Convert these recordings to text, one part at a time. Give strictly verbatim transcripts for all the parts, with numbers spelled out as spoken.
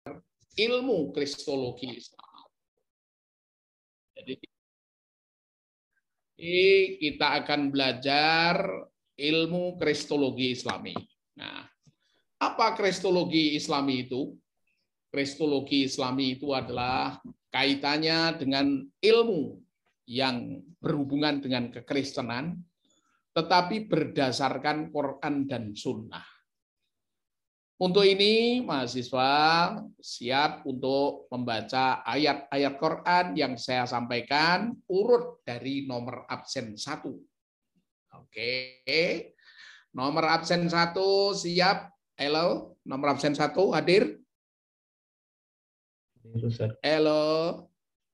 ilmu kristologi Islam. Jadi kita akan belajar ilmu kristologi Islami. Nah, apa kristologi Islami itu? Kristologi Islami itu adalah kaitannya dengan ilmu yang berhubungan dengan kekristenan, tetapi berdasarkan Quran dan Sunnah. Untuk ini, mahasiswa siap untuk membaca ayat-ayat Quran yang saya sampaikan urut dari nomor absen satu. Oke, nomor absen satu siap. Halo, nomor absen satu hadir? Halo.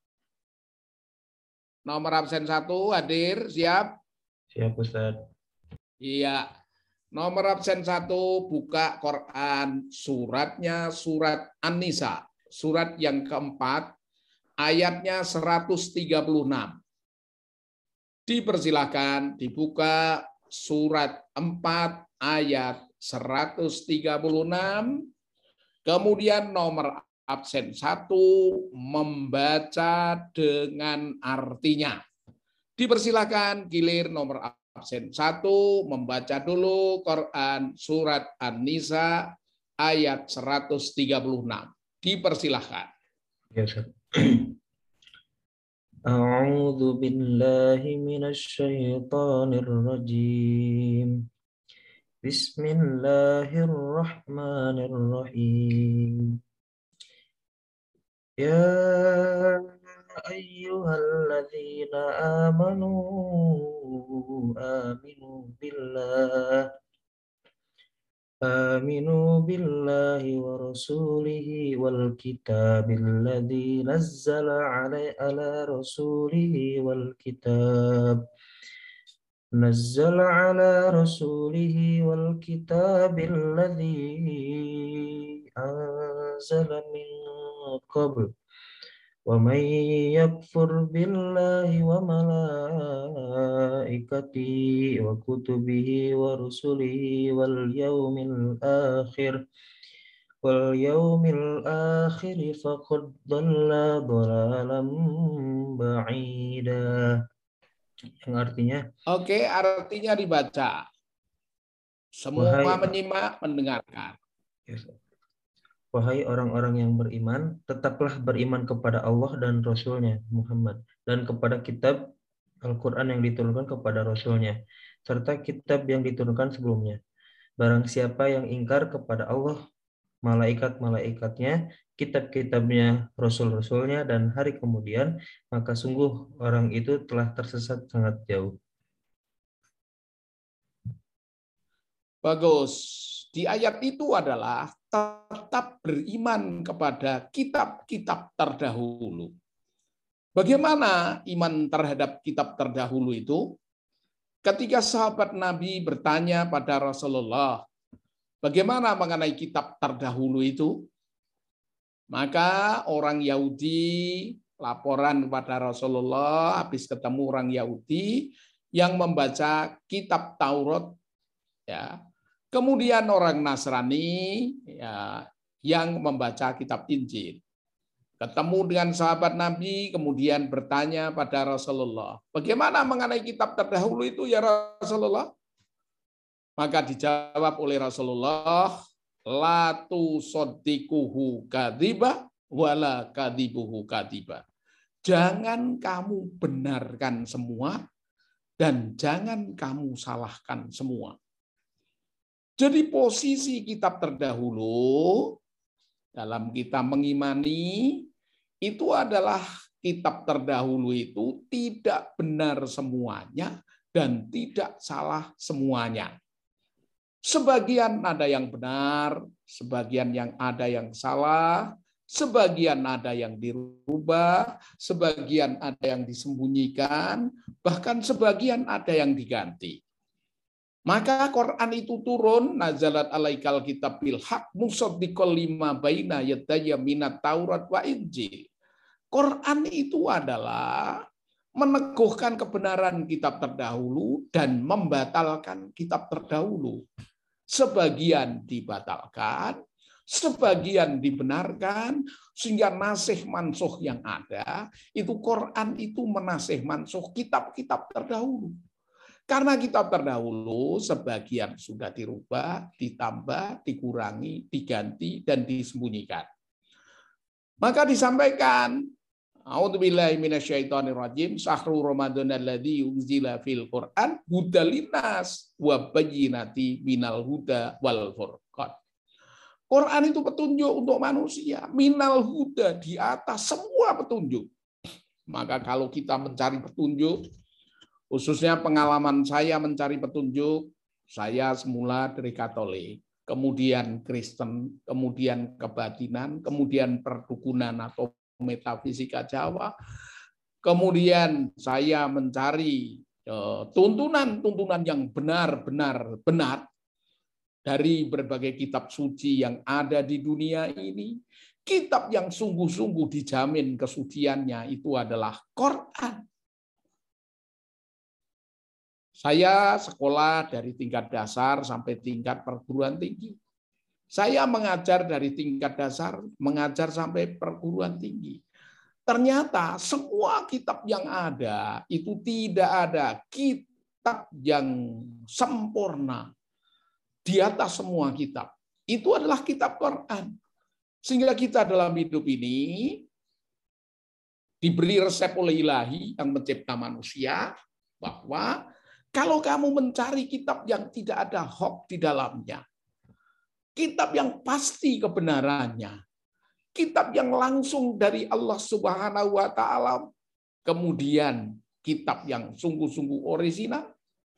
Nomor absen satu hadir, siap? Siap, Ustaz. Iya. Nomor absen satu buka Quran, suratnya surat An-Nisa, surat yang keempat, ayatnya seratus tiga puluh enam. Dipersilahkan dibuka surat empat ayat seratus tiga puluh enam, kemudian nomor absen satu membaca dengan artinya. Dipersilahkan gilir nomor absen satu membaca dulu Quran surat An-Nisa ayat seratus tiga puluh enam. Dipersilahkan. Ya, Ustaz. A'udzu billahi minasy syaithanir rajim. Bismillahirrahmanirrahim. Ya ayyuhalladzina amanu aminu billah aminu billahi wa rasulihi wal kitabil ladzi nazzala ala rasulihi wal kitab nazzala ala rasulihi wal kitabil ladzi anzala min qabl wa may yakfur billahi wa malaikatihi wa kutubihi wa rusulihi wal yaumil akhir wal yaumil akhir faqad dhalla dhalalan ba'ida. Yang artinya, oke, artinya dibaca. Semua wahai, menyimak, mendengarkan. Wahai orang-orang yang beriman, tetaplah beriman kepada Allah dan Rasul-Nya Muhammad, dan kepada kitab Al-Quran yang diturunkan kepada Rasul-Nya, serta kitab yang diturunkan sebelumnya. Barang siapa yang ingkar kepada Allah, malaikat-malaikatnya, kitab-kitabnya, Rasul-Rasulnya, dan hari kemudian, maka sungguh orang itu telah tersesat sangat jauh. Bagus. Di ayat itu adalah tetap beriman kepada kitab-kitab terdahulu. Bagaimana iman terhadap kitab terdahulu itu? Ketika sahabat Nabi bertanya pada Rasulullah, bagaimana mengenai kitab terdahulu itu? Maka orang Yahudi laporan kepada Rasulullah, habis ketemu orang Yahudi yang membaca kitab Taurat, ya. Kemudian orang Nasrani ya, yang membaca kitab Injil. Ketemu dengan sahabat Nabi, kemudian bertanya pada Rasulullah, bagaimana mengenai kitab terdahulu itu ya Rasulullah? Maka dijawab oleh Rasulullah, la tusaddiquhu kadziba wala kadzibuhu kadziba. Jangan kamu benarkan semua dan jangan kamu salahkan semua. Jadi posisi kitab terdahulu dalam kita mengimani itu adalah kitab terdahulu itu tidak benar semuanya dan tidak salah semuanya. Sebagian ada yang benar, sebagian yang ada yang salah, sebagian ada yang dirubah, sebagian ada yang disembunyikan, bahkan sebagian ada yang diganti. Maka Quran itu turun, nazalat alaikal kitab bil haq musaddiqal lima baina yadayya minat Taurat wa Injil. Quran itu adalah meneguhkan kebenaran kitab terdahulu dan membatalkan kitab terdahulu. Sebagian dibatalkan, Sebagian dibenarkan, sehingga nasih mansuh yang ada, itu Quran itu menasih mansuh kitab-kitab terdahulu. Karena kitab terdahulu sebagian sudah dirubah, ditambah, dikurangi, diganti, dan disembunyikan. Maka disampaikan, a'udzubillahi minasyaitonirrajim, sahru Ramadan alladzi unzila fil Qur'an hudal linnas wa bayyinati minal huda wal furqan. Quran itu petunjuk untuk manusia, minal huda, di atas semua petunjuk. Maka kalau kita mencari petunjuk, khususnya pengalaman saya mencari petunjuk, saya semula dari Katolik, kemudian Kristen, kemudian kebatinan, kemudian perdukunan atau metafisika Jawa, kemudian saya mencari tuntunan-tuntunan yang benar-benar benar dari berbagai kitab suci yang ada di dunia ini. Kitab yang sungguh-sungguh dijamin kesuciannya itu adalah Quran. Saya sekolah dari tingkat dasar sampai tingkat perguruan tinggi. Saya mengajar dari tingkat dasar, mengajar sampai perguruan tinggi. Ternyata semua kitab yang ada itu tidak ada kitab yang sempurna di atas semua kitab. Itu adalah kitab Quran. Sehingga kita dalam hidup ini diberi resep oleh Ilahi yang mencipta manusia bahwa kalau kamu mencari kitab yang tidak ada hoax di dalamnya, kitab yang pasti kebenarannya, kitab yang langsung dari Allah Subhanahu wa taala, kemudian kitab yang sungguh-sungguh orisinal,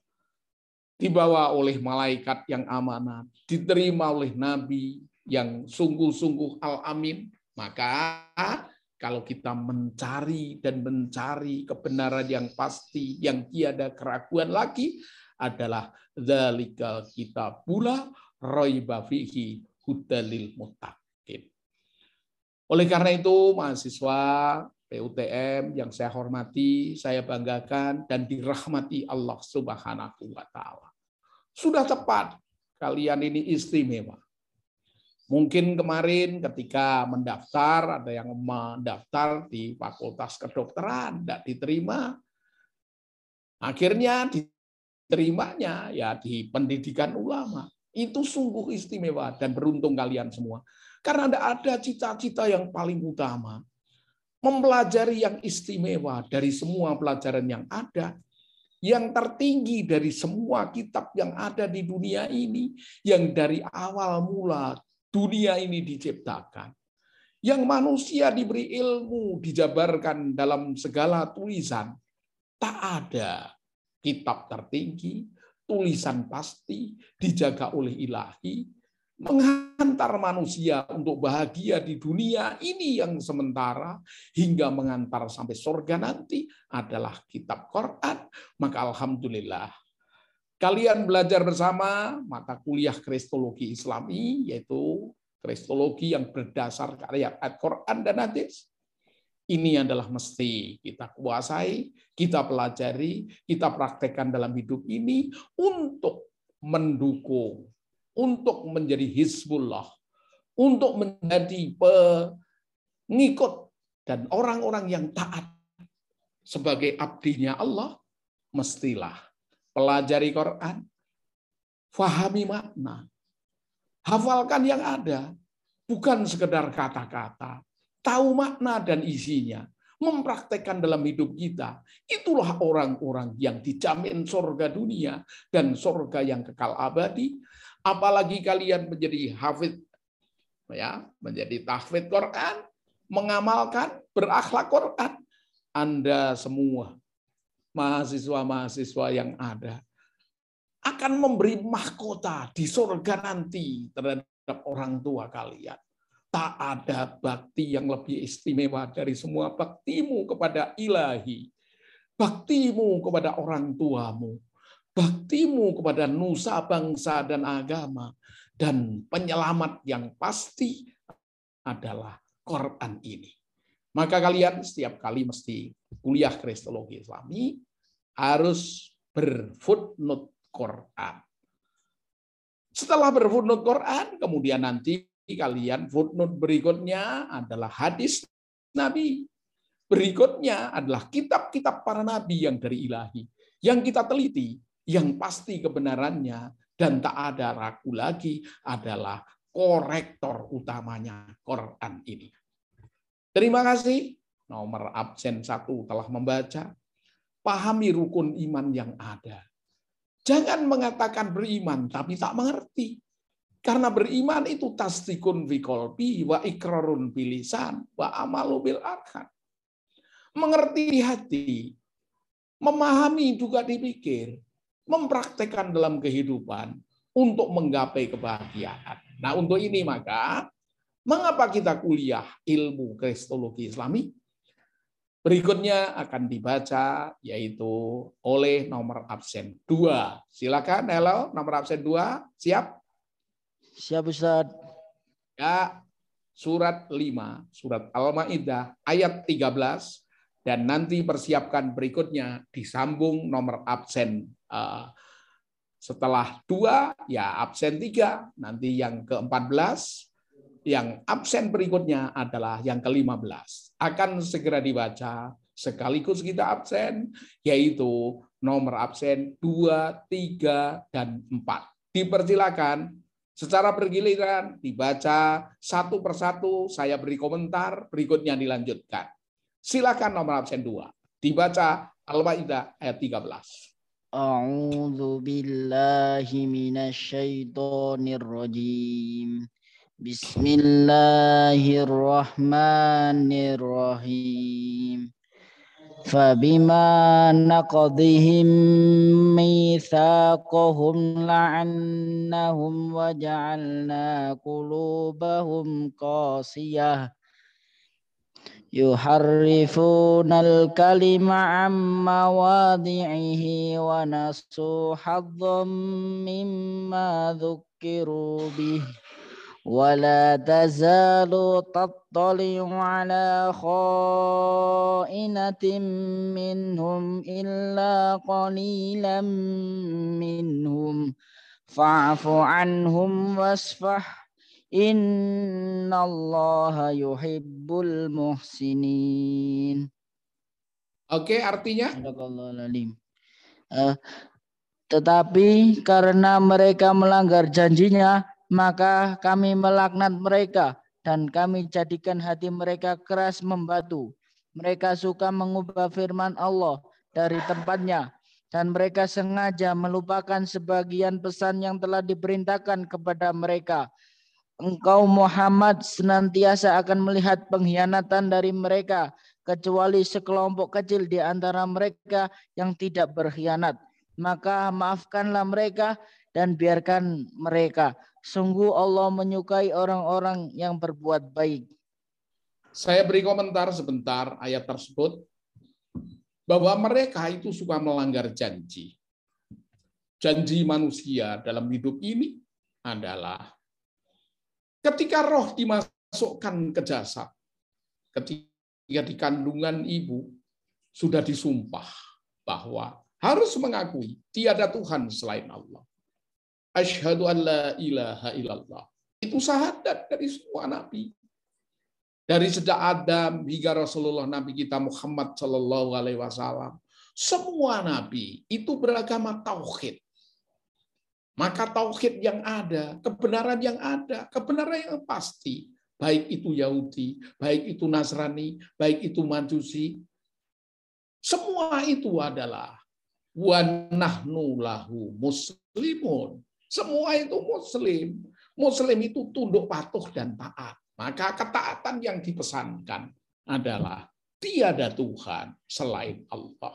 dibawa oleh malaikat yang amanat, diterima oleh nabi yang sungguh-sungguh al-amin, maka kalau kita mencari dan mencari kebenaran yang pasti, yang tiada keraguan lagi, adalah dzalikal kitabula raiba fihi hudalil muttaqin. Oleh karena itu, mahasiswa P U T M yang saya hormati, saya banggakan, dan dirahmati Allah Subhanahu wa taala. Sudah tepat, kalian ini istimewa. Mungkin kemarin ketika mendaftar, ada yang mendaftar di Fakultas Kedokteran, tidak diterima. Akhirnya diterimanya ya di pendidikan ulama. Itu sungguh istimewa dan beruntung kalian semua. Karena tidak ada cita-cita yang paling utama. Mempelajari yang istimewa dari semua pelajaran yang ada. Yang tertinggi dari semua kitab yang ada di dunia ini. Yang dari awal mula dunia ini diciptakan. Yang manusia diberi ilmu, dijabarkan dalam segala tulisan. Tak ada kitab tertinggi, tulisan pasti, dijaga oleh Ilahi, menghantar manusia untuk bahagia di dunia ini yang sementara, hingga mengantar sampai surga nanti adalah kitab Quran. Maka alhamdulillah, kalian belajar bersama mata kuliah Kristologi Islami, yaitu Kristologi yang berdasar ayat Al-Quran dan hadis. Ini adalah mesti kita kuasai, kita pelajari, kita praktekkan dalam hidup ini untuk mendukung, untuk menjadi Hizbullah, untuk menjadi pengikut dan orang-orang yang taat sebagai abdinya Allah, mestilah pelajari Quran, fahami makna, hafalkan yang ada, bukan sekedar kata-kata, tahu makna dan isinya, mempraktekkan dalam hidup kita. Itulah orang-orang yang dijamin surga dunia dan surga yang kekal abadi. Apalagi kalian menjadi hafid, ya, menjadi tahfidz Quran, mengamalkan, berakhlak Quran. Anda semua mahasiswa-mahasiswa yang ada akan memberi mahkota di surga nanti terhadap orang tua kalian. Tak ada bakti yang lebih istimewa dari semua baktimu kepada Ilahi, baktimu kepada orang tuamu, baktimu kepada nusa, bangsa, dan agama, dan penyelamat yang pasti adalah Quran ini. Maka kalian setiap kali mesti kuliah Kristologi Islami harus berfootnote Quran. Setelah berfootnote Quran, kemudian nanti kalian footnote berikutnya adalah hadis Nabi. Berikutnya adalah kitab-kitab para nabi yang dari ilahi. Yang kita teliti, yang pasti kebenarannya, dan tak ada ragu lagi adalah korektor utamanya Quran ini. Terima kasih. Nomor absen satu telah membaca. Pahami rukun iman yang ada. Jangan mengatakan beriman tapi tak mengerti. Karena beriman itu tasdikun fi qalbi wa iqrarun bil lisan wa amalu bil arkan. Mengerti di hati, memahami juga dipikir, mempraktekkan dalam kehidupan untuk menggapai kebahagiaan. Nah, untuk ini maka mengapa kita kuliah ilmu kristologi Islami? Berikutnya akan dibaca yaitu oleh nomor absen dua. Silakan, halo, nomor absen dua, siap? Siap, Ustaz. Ya, surat lima, surat Al-Maidah ayat tiga belas, dan nanti persiapkan berikutnya disambung nomor absen uh, setelah dua, ya absen tiga, nanti yang ke empat belas, yang absen berikutnya adalah yang ke lima belas. Akan segera dibaca sekaligus kita absen, yaitu nomor absen dua, tiga, dan empat. Dipersilakan secara bergiliran dibaca satu persatu, saya beri komentar, berikutnya dilanjutkan. Silakan nomor absen dua. Dibaca Al-Maidah ayat tiga belas. A'udzu billahi minasyaitonir rajim. Bismillahirrahmanirrahim. Fabima naqdihim mitsaqahum la'annahum wa ja'alna qulubahum qasiyah yuharrifunal kalima amma wadi'ihi wa nasu hadzam mimma dzukkiru bih wala tazalu tattali'u ala kha'inatin minhum illa qalilan minhum fa'fu anhum wasfah innallaha yuhibbul muhsinin. Oke, artinya? Uh, tetapi karena mereka melanggar janjinya, maka kami melaknat mereka dan kami jadikan hati mereka keras membatu. Mereka suka mengubah firman Allah dari tempatnya dan mereka sengaja melupakan sebagian pesan yang telah diperintahkan kepada mereka. Engkau Muhammad senantiasa akan melihat pengkhianatan dari mereka, kecuali sekelompok kecil di antara mereka yang tidak berkhianat. Maka maafkanlah mereka dan biarkan mereka. Sungguh Allah menyukai orang-orang yang berbuat baik. Saya beri komentar sebentar ayat tersebut, bahwa mereka itu suka melanggar janji. Janji manusia dalam hidup ini adalah ketika roh dimasukkan ke jasad, ketika di kandungan ibu, sudah disumpah bahwa harus mengakui tiada Tuhan selain Allah. Asyhadu an la ilaha illallah. Itu syahadat dari semua nabi. Dari sejak Adam hingga Rasulullah Nabi kita Muhammad Shallallahu Alaihi Wasallam, semua nabi itu beragama tauhid. Maka tauhid yang ada, kebenaran yang ada, kebenaran yang pasti, baik itu Yahudi, baik itu Nasrani, baik itu Majusi, semua itu adalah wa nahnu lahu muslimun. Semua itu muslim. Muslim itu tunduk patuh dan taat. Maka ketaatan yang dipesankan adalah tiada Tuhan selain Allah.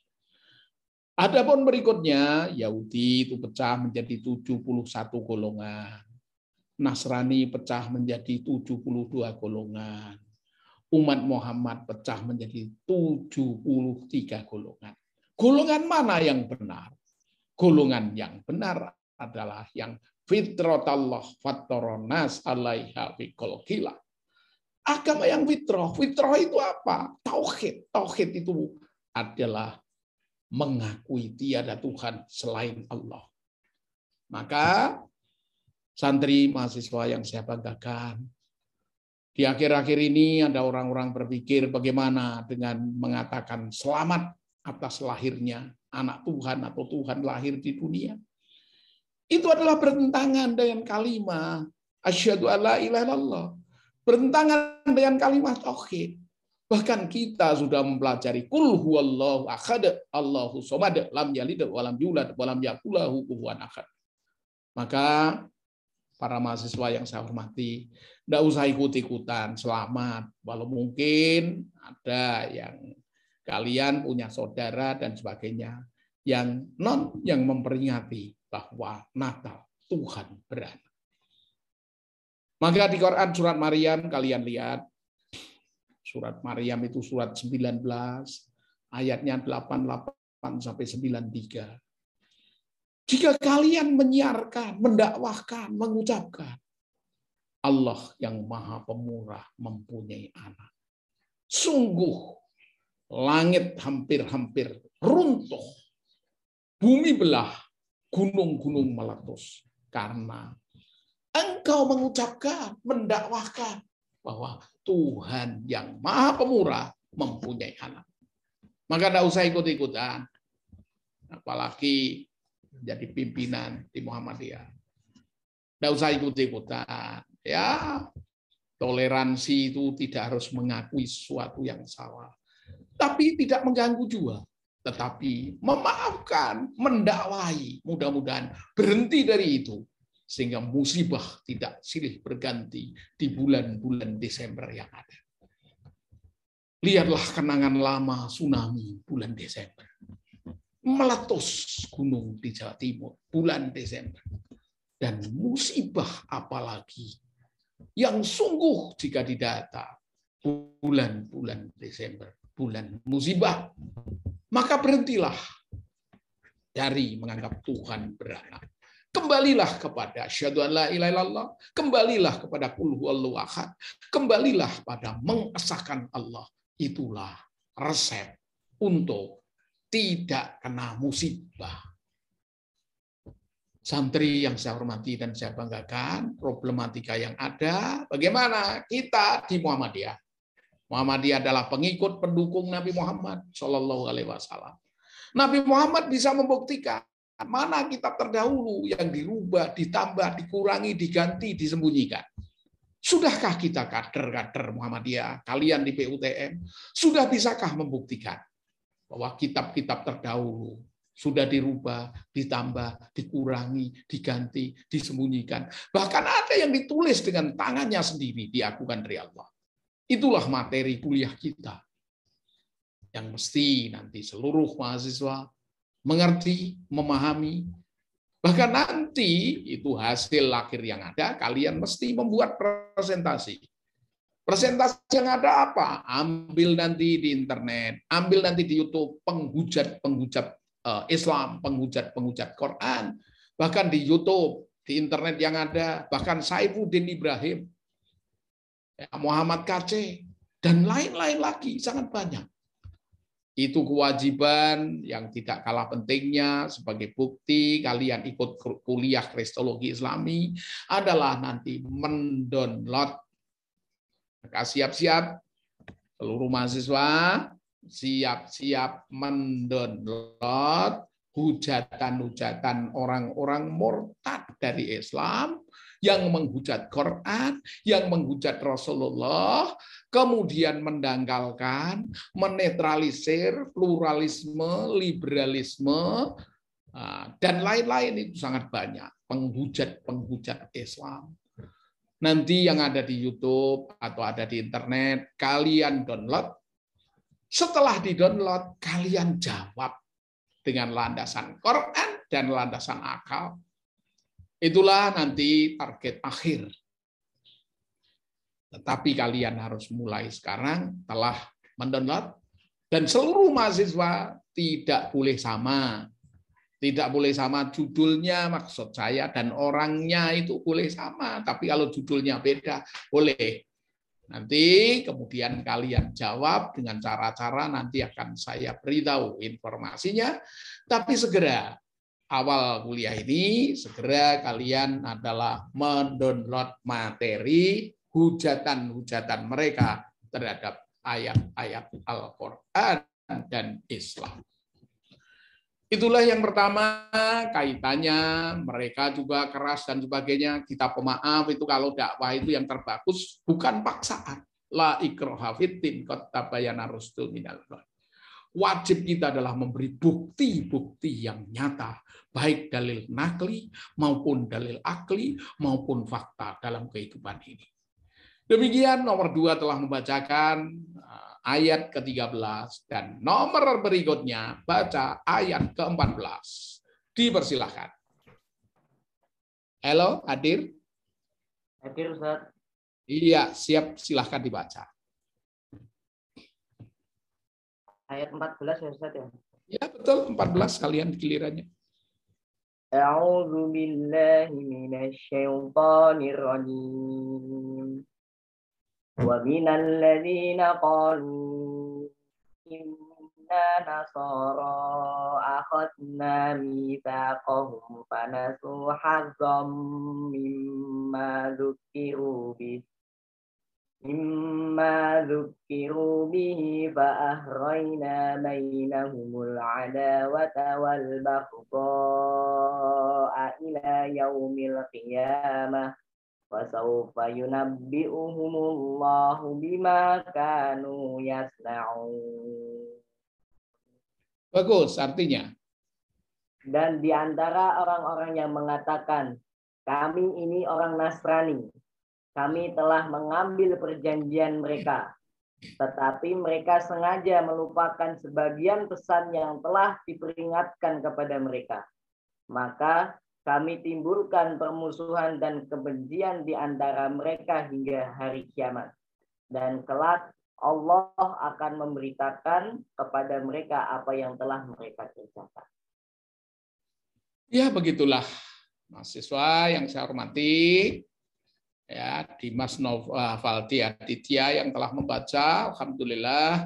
Adapun berikutnya, Yahudi itu pecah menjadi tujuh puluh satu golongan. Nasrani pecah menjadi tujuh puluh dua golongan. Umat Muhammad pecah menjadi tujuh puluh tiga golongan. Golongan mana yang benar? Golongan yang benar adalah yang fitratallah fattaranas alaiha biqolqila. Agama yang fitrah. Fitrah itu apa? Tauhid. Tauhid itu adalah mengakui tiada Tuhan selain Allah. Maka Santri mahasiswa yang saya banggakan, di akhir-akhir ini ada orang-orang berpikir bagaimana dengan mengatakan selamat atas lahirnya anak Tuhan atau Tuhan lahir di dunia. Itu adalah bertentangan dengan kalimat asyhadu alla ilaha illallah, bertentangan dengan kalimat tauhid. Bahkan kita sudah mempelajari kul huwallahu ahad, Allahu somad, lam yalid wa lam yulad wa lam yakul lahu kufuwan ahad. Maka para mahasiswa yang saya hormati, tidak usah ikut-ikutan selamat. Walau mungkin ada yang kalian punya saudara dan sebagainya yang non yang memperingati bahwa Natal Tuhan beranak. Maka di Quran surat Maryam kalian lihat, surat Maryam itu surat sembilan belas, ayatnya delapan puluh delapan sampai sembilan puluh tiga. Jika kalian menyiarkan, mendakwahkan, mengucapkan, Allah yang Maha Pemurah mempunyai anak. Sungguh, langit hampir-hampir runtuh, bumi belah, gunung-gunung meletus. Karena engkau mengucapkan, mendakwahkan, bahwa Tuhan yang Maha Pemurah mempunyai anak. Maka tidak usah ikut-ikutan. Apalagi jadi pimpinan di Muhammadiyah. Tidak usah ikut-ikutan. Ya, toleransi itu tidak harus mengakui sesuatu yang salah. Tapi tidak mengganggu juga. Tetapi memaafkan, mendakwahi. Mudah-mudahan berhenti dari itu. Sehingga musibah tidak silih berganti di bulan-bulan Desember yang ada. Lihatlah kenangan lama tsunami bulan Desember. Meletus gunung di Jawa Timur bulan Desember. Dan musibah apalagi yang sungguh jika didata bulan-bulan Desember, bulan musibah, maka berhentilah dari menganggap Tuhan beranak. Kembalilah kepada asyhadu an la ilaha illallah, kembalilah kepada qul huwallahu ahad, kembalilah pada mengesahkan Allah. Itulah resep untuk tidak kena musibah. Santri yang saya hormati dan saya banggakan, problematika yang ada, bagaimana kita di Muhammadiyah. Muhammadiyah adalah pengikut pendukung Nabi Muhammad shallallahu alaihi wasallam. Nabi Muhammad bisa membuktikan mana kitab terdahulu yang dirubah, ditambah, dikurangi, diganti, disembunyikan. Sudahkah kita kader-kader Muhammadiyah, kalian di P U T M, sudah bisakah membuktikan bahwa kitab-kitab terdahulu sudah dirubah, ditambah, dikurangi, diganti, disembunyikan. Bahkan ada yang ditulis dengan tangannya sendiri, diakukan dari Allah. Itulah materi kuliah kita. Yang mesti nanti seluruh mahasiswa mengerti, memahami, bahkan nanti itu hasil akhir yang ada, kalian mesti membuat presentasi. Presentasi yang ada apa? Ambil nanti di internet, ambil nanti di YouTube, penghujat-penghujat Islam, penghujat-penghujat Quran, bahkan di YouTube, di internet yang ada, bahkan Saifuddin Ibrahim, Muhammad K C, dan lain-lain lagi, sangat banyak. Itu kewajiban yang tidak kalah pentingnya sebagai bukti kalian ikut kuliah Kristologi Islami adalah nanti mendownload. Maka siap-siap seluruh mahasiswa siap-siap mendownload hujatan-hujatan orang-orang murtad dari Islam yang menghujat Quran, yang menghujat Rasulullah, kemudian mendangkalkan, menetralisir pluralisme, liberalisme, dan lain-lain. Itu sangat banyak penghujat-penghujat Islam. Nanti yang ada di YouTube atau ada di internet, kalian download. Setelah di-download, kalian jawab dengan landasan Quran dan landasan akal. Itulah nanti target akhir. Tetapi kalian harus mulai sekarang telah mendownload, dan seluruh mahasiswa tidak boleh sama. Tidak boleh sama judulnya, maksud saya, dan orangnya itu boleh sama. Tapi kalau judulnya beda, boleh. Nanti kemudian kalian jawab dengan cara-cara nanti akan saya beritahu informasinya. Tapi segera awal kuliah ini, segera kalian adalah mendownload materi hujatan-hujatan mereka terhadap ayat-ayat Al-Quran dan Islam. Itulah yang pertama, kaitannya mereka juga keras dan sebagainya. Kita pemaaf itu kalau dakwah itu yang terbagus bukan paksaan. La ikraha fiddin qad tabayyana rusdu minal ghayy. Wajib kita adalah memberi bukti-bukti yang nyata, baik dalil nakli maupun dalil akli maupun fakta dalam kehidupan ini. Demikian nomor dua telah membacakan ayat ke tiga belas dan nomor berikutnya baca ayat ke empat belas. Dipersilahkan. Halo, hadir? Hadir, Ustaz. Iya, siap, silahkan dibaca. Ayat empat belas ya, Ustaz ya? Ya, betul, empat belas kalian gilirannya. A'udzu billahi minasy syaithanir rajim. Wa minal ladzina qalu inna nasara akhadna mitsaqahum fanasu hazzam mimma dzukiru bih mimma dzukiru bihi fa ahrayna bainahumul adawata wal baghdha ila yaumil qiyamah. Wasawfa yunabbi'uhumullahu bima kanu yasna'un. Bagus, artinya. Dan di antara orang-orang yang mengatakan, kami ini orang Nasrani, kami telah mengambil perjanjian mereka, tetapi mereka sengaja melupakan sebagian pesan yang telah diperingatkan kepada mereka. Maka kami timbulkan permusuhan dan kebencian di antara mereka hingga hari kiamat. Dan kelak Allah akan memberitakan kepada mereka apa yang telah mereka kerjakan. Ya, begitulah mahasiswa yang saya hormati. Ya, Dimas Novaldi Aditya yang telah membaca, alhamdulillah.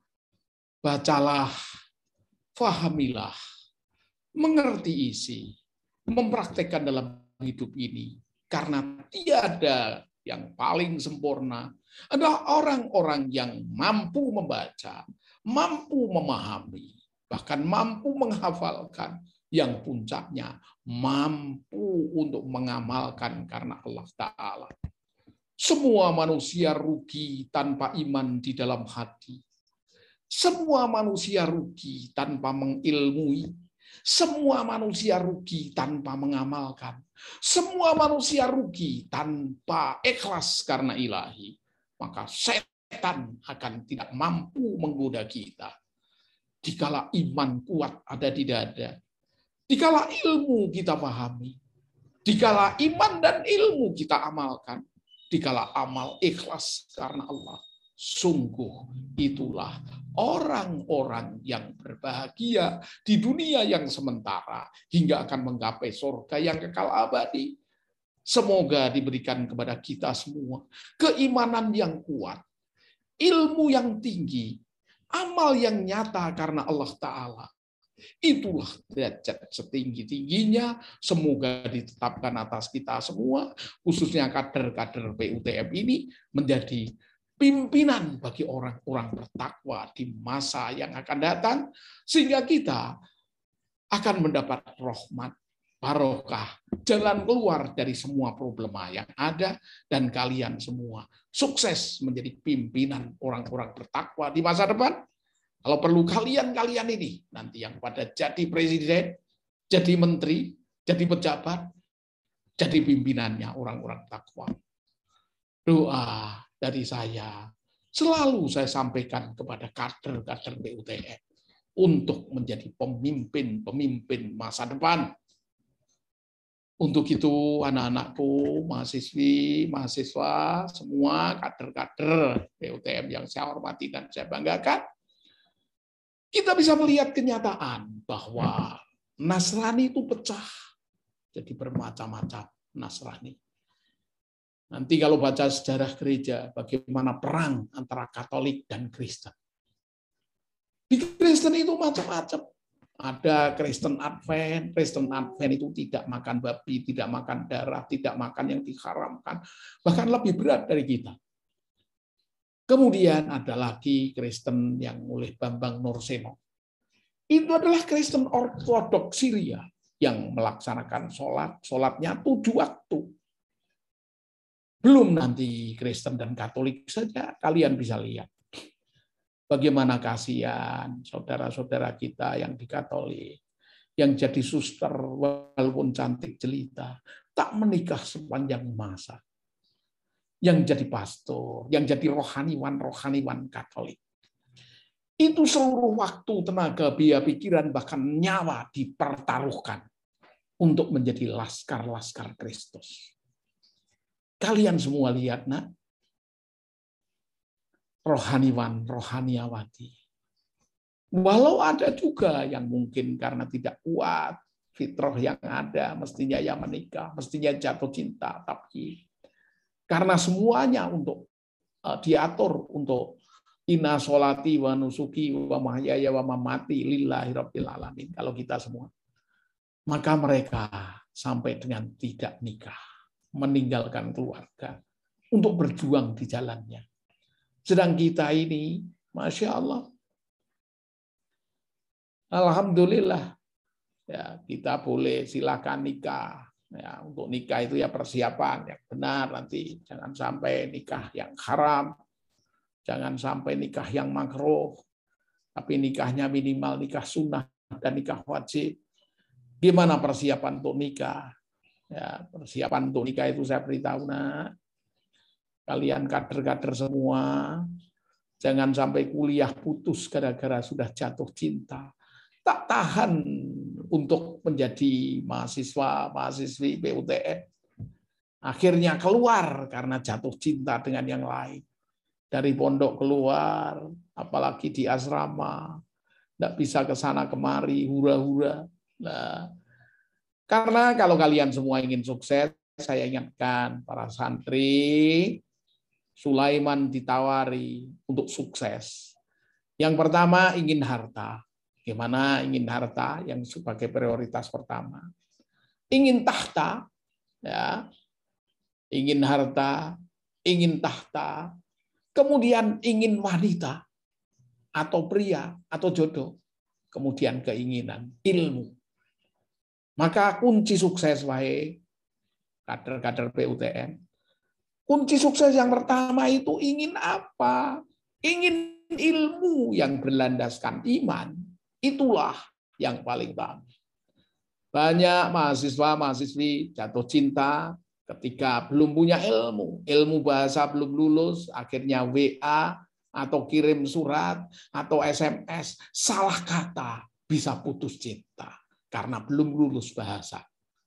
Bacalah, fahamilah, mengerti isi, mempraktekkan dalam hidup ini, karena tiada yang paling sempurna adalah orang-orang yang mampu membaca, mampu memahami, bahkan mampu menghafalkan, yang puncaknya mampu untuk mengamalkan karena Allah Ta'ala. Semua manusia rugi tanpa iman di dalam hati. Semua manusia rugi tanpa mengilmui. Semua manusia rugi tanpa mengamalkan. Semua manusia rugi tanpa ikhlas karena ilahi. Maka setan akan tidak mampu menggoda kita. Dikala iman kuat ada di dada. Dikala ilmu kita pahami. Dikala iman dan ilmu kita amalkan. Dikala amal ikhlas karena Allah. Sungguh itulah orang-orang yang berbahagia di dunia yang sementara hingga akan menggapai surga yang kekal abadi. Semoga diberikan kepada kita semua keimanan yang kuat, ilmu yang tinggi, amal yang nyata karena Allah Ta'ala. Itulah derajat setinggi-tingginya. Semoga ditetapkan atas kita semua, khususnya kader-kader P U T M ini, menjadi pimpinan bagi orang-orang bertakwa di masa yang akan datang, sehingga kita akan mendapat rahmat, barokah, jalan keluar dari semua problema yang ada, dan kalian semua sukses menjadi pimpinan orang-orang bertakwa di masa depan. Kalau perlu kalian-kalian ini nanti yang pada jadi presiden, jadi menteri, jadi pejabat, jadi pimpinannya orang-orang takwa. Doa dari saya selalu saya sampaikan kepada kader-kader P U T M untuk menjadi pemimpin-pemimpin masa depan. Untuk itu anak-anakku, mahasiswi, mahasiswa, semua kader-kader P U T M yang saya hormati dan saya banggakan, kita bisa melihat kenyataan bahwa Nasrani itu pecah jadi bermacam-macam Nasrani. Nanti kalau baca sejarah gereja, bagaimana perang antara Katolik dan Kristen. Di Kristen itu macam-macam. Ada Kristen Advent, Kristen Advent itu tidak makan babi, tidak makan darah, tidak makan yang diharamkan, bahkan lebih berat dari kita. Kemudian ada lagi Kristen yang oleh Bambang Nurseno. Itu adalah Kristen Ortodoks Syria yang melaksanakan sholat, sholatnya tujuh waktu. Belum nanti Kristen dan Katolik saja, kalian bisa lihat. Bagaimana kasihan saudara-saudara kita yang di Katolik, yang jadi suster walaupun cantik jelita, tak menikah sepanjang masa. Yang jadi pastor, yang jadi rohaniwan-rohaniwan Katolik. Itu seluruh waktu, tenaga, biaya pikiran, bahkan nyawa dipertaruhkan untuk menjadi laskar-laskar Kristus. Kalian semua lihat, nak, rohaniwan, rohaniawati. Walau ada juga yang mungkin karena tidak kuat, fitrah yang ada, mestinya yang menikah, mestinya jatuh cinta, tapi karena semuanya untuk uh, diatur untuk inna sholati wa nusuki wa mahyaya wa mamati lillahi rabbil alamin. Kalau kita semua, maka mereka sampai dengan tidak nikah, meninggalkan keluarga untuk berjuang di jalannya. Sedang kita ini, Masya Allah, Alhamdulillah, ya kita boleh silakan nikah. Ya, untuk nikah itu ya persiapan yang benar nanti. Jangan sampai nikah yang haram, jangan sampai nikah yang makruh, tapi nikahnya minimal nikah sunnah dan nikah wajib. Gimana persiapan untuk nikah? Ya, persiapan untuk nikah itu saya beritahu, nak. Kalian kader-kader semua, jangan sampai kuliah putus gara-gara sudah jatuh cinta. Tak tahan untuk menjadi mahasiswa, mahasiswi P U T N. Akhirnya keluar karena jatuh cinta dengan yang lain. Dari pondok keluar, apalagi di asrama, tidak bisa ke sana kemari, hura-hura. Nah, karena kalau kalian semua ingin sukses, saya ingatkan para santri, Sulaiman ditawari untuk sukses. Yang pertama ingin harta. Gimana ingin harta yang sebagai prioritas pertama? Ingin tahta, ya, ingin harta, ingin tahta, kemudian ingin wanita atau pria atau jodoh, kemudian keinginan ilmu. Maka kunci sukses, wahai kader-kader P U T N, kunci sukses yang pertama itu ingin apa? Ingin ilmu yang berlandaskan iman. Itulah yang paling utama. Banyak mahasiswa-mahasiswi jatuh cinta ketika belum punya ilmu. Ilmu bahasa belum lulus, akhirnya W A atau kirim surat atau S M S. Salah kata bisa putus cinta karena belum lulus bahasa.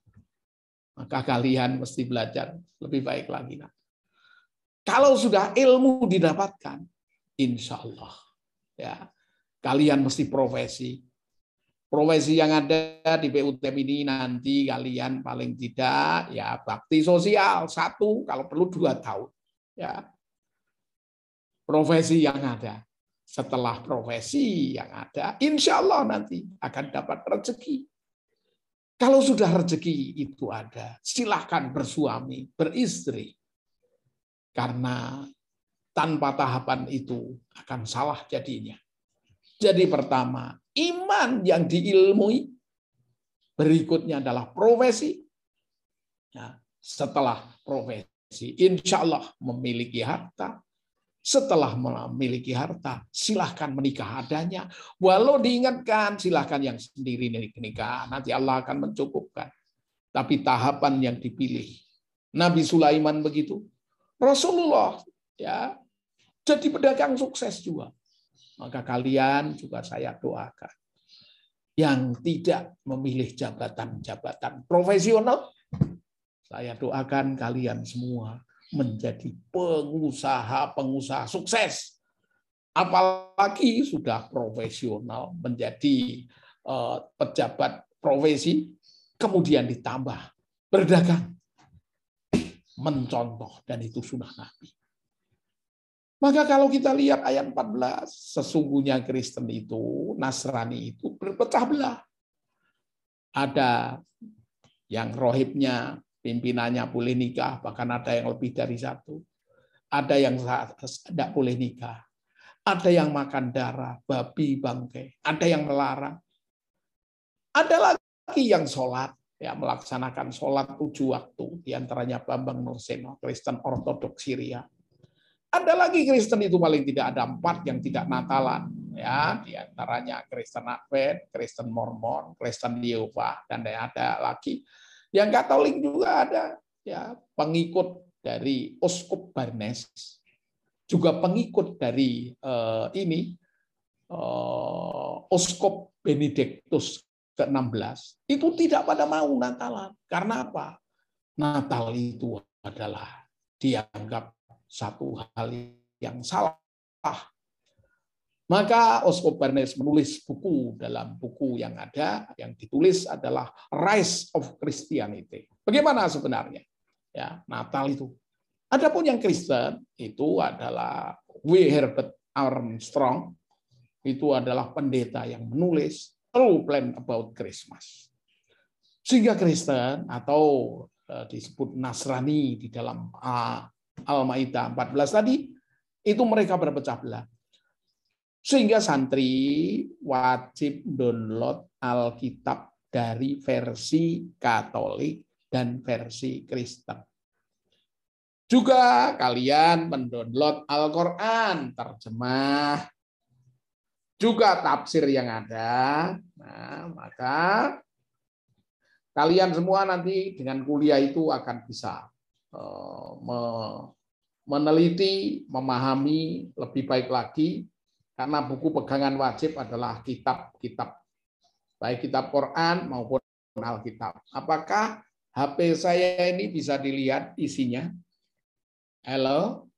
Maka kalian mesti belajar lebih baik lagi. Nah, kalau sudah ilmu didapatkan, insya Allah ya kalian mesti profesi. Profesi yang ada di P U T M ini nanti kalian paling tidak ya bakti sosial satu, kalau perlu dua tahun. Ya, profesi yang ada. Setelah profesi yang ada, insya Allah nanti akan dapat rezeki. Kalau sudah rezeki itu ada, silahkan bersuami, beristri. Karena tanpa tahapan itu akan salah jadinya. Jadi pertama, iman yang diilmui. Berikutnya adalah profesi. Nah, setelah profesi, insya Allah memiliki harta. Setelah memiliki harta, silahkan menikah adanya. Walau diingatkan, silahkan yang sendiri nikah. Nanti Allah akan mencukupkan. Tapi tahapan yang dipilih. Nabi Sulaiman begitu. Rasulullah ya jadi pedagang sukses juga. Maka kalian juga saya doakan. Yang tidak memilih jabatan-jabatan profesional, saya doakan kalian semua menjadi pengusaha-pengusaha sukses. Apalagi sudah profesional menjadi uh, pejabat profesi, kemudian ditambah berdagang, mencontoh, dan itu sunnah Nabi. Maka kalau kita lihat ayat empat belas, sesungguhnya Kristen itu, Nasrani itu berpecah belah. Ada yang rohibnya, pimpinannya boleh nikah, bahkan ada yang lebih dari satu. Ada yang tidak boleh nikah. Ada yang makan darah, babi, bangkai. Ada yang melarang. Ada lagi yang sholat, ya melaksanakan sholat tujuh waktu. Di antaranya Bambang Nurseno, Kristen Ortodoks Syria. Ada lagi Kristen itu paling tidak ada empat yang tidak Natalan, ya di antaranya Kristen Advent, Kristen Mormon, Kristen Yehova, dan ada lagi yang Katolik juga ada, ya pengikut dari Uskup Barnes, juga pengikut dari uh, ini uh, Uskup Benediktus ke enam belas, itu tidak pada mau Natalan. Karena apa? Natal itu adalah dianggap satu hal yang salah. Maka Uskup Barnes menulis buku, dalam buku yang ada, yang ditulis adalah Rise of Christianity. Bagaimana sebenarnya? Ya, Natal itu. Adapun yang Kristen itu adalah W. Herbert Armstrong, itu adalah pendeta yang menulis True Plan About Christmas. Sehingga Kristen atau disebut Nasrani di dalam Al-Maidah empat belas tadi, itu mereka berpecah belah. Sehingga santri wajib download Alkitab dari versi Katolik dan versi Kristen. Juga kalian mendownload Al-Quran, terjemah, juga tafsir yang ada. Nah, maka kalian semua nanti dengan kuliah itu akan bisa meneliti, memahami lebih baik lagi, karena buku pegangan wajib adalah kitab-kitab, baik kitab Quran maupun Alkitab. Apakah H P saya ini bisa dilihat isinya? Halo,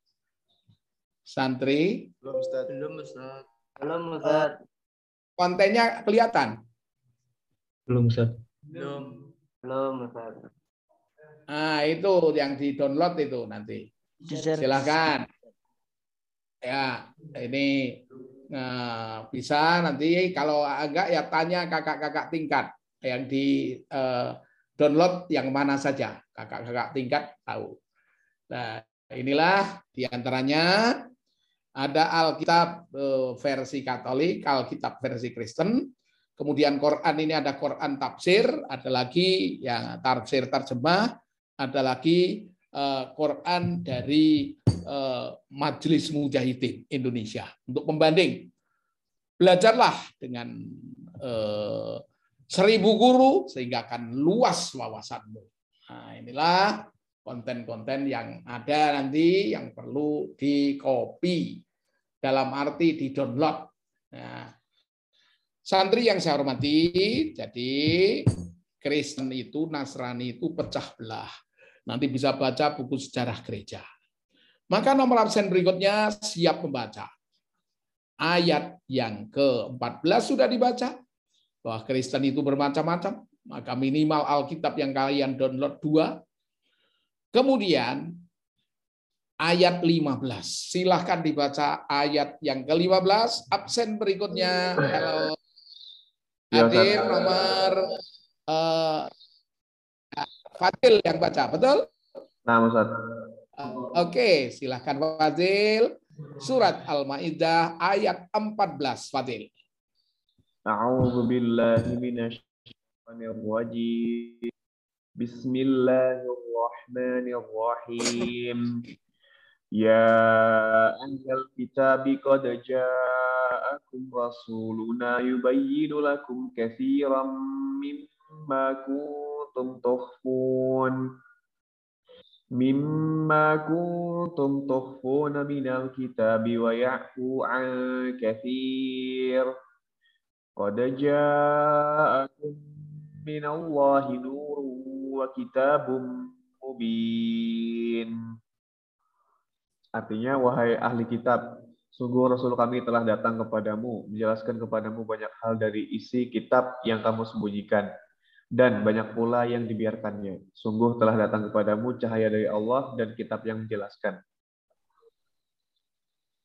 santri? Belum, Ustaz. Belum, Ustaz. Belum, Ustaz. Kontennya kelihatan? Belum, Ustaz. Belum. Belum, Ustaz. Nah, itu yang di-download itu nanti. Silakan. Ya, ini nah, bisa nanti kalau agak ya tanya kakak-kakak tingkat yang di eh, download yang mana saja. Kakak-kakak tingkat tahu. Nah, inilah diantaranya ada Alkitab eh, versi Katolik, Alkitab versi Kristen. Kemudian Quran ini ada Quran tafsir, ada lagi yang tafsir terjemah, ada lagi uh, Quran dari uh, Majelis Mujahidin Indonesia. Untuk pembanding, belajarlah dengan uh, seribu guru sehingga akan luas wawasanmu. Nah, inilah konten-konten yang ada nanti yang perlu di-copy, dalam arti di-download. Nah, santri yang saya hormati, jadi Kristen itu, Nasrani itu pecah belah. Nanti bisa baca buku sejarah gereja. Maka nomor absen berikutnya siap membaca. Ayat yang ke empat belas sudah dibaca, bahwa Kristen itu bermacam-macam, maka minimal Alkitab yang kalian download dua. Kemudian ayat lima belas, silahkan dibaca ayat yang ke lima belas, absen berikutnya. Halo. Hadir nomor uh, Fadil yang baca, betul? Nah, Ustaz. Uh, Oke, okay. Silahkan Fadil. Surat Al-Maidah ayat empat belas, Fadil. A'udzu billahi minasyaitonir rajim. Bismillahirrahmanirrahim. Ya ahlal kitabi qad ja'akum rasuluna yubayyinu lakum katsiran mimma kuntum tukhfun mimma kuntum tukhfuna minal kitabi wa ya'fu an katsir. Qad ja'akum minallahi nurun wa kitabun mubin. Artinya, wahai ahli kitab, sungguh Rasul kami telah datang kepadamu, menjelaskan kepadamu banyak hal dari isi kitab yang kamu sembunyikan, dan banyak pula yang dibiarkannya. Sungguh telah datang kepadamu cahaya dari Allah dan kitab yang menjelaskan.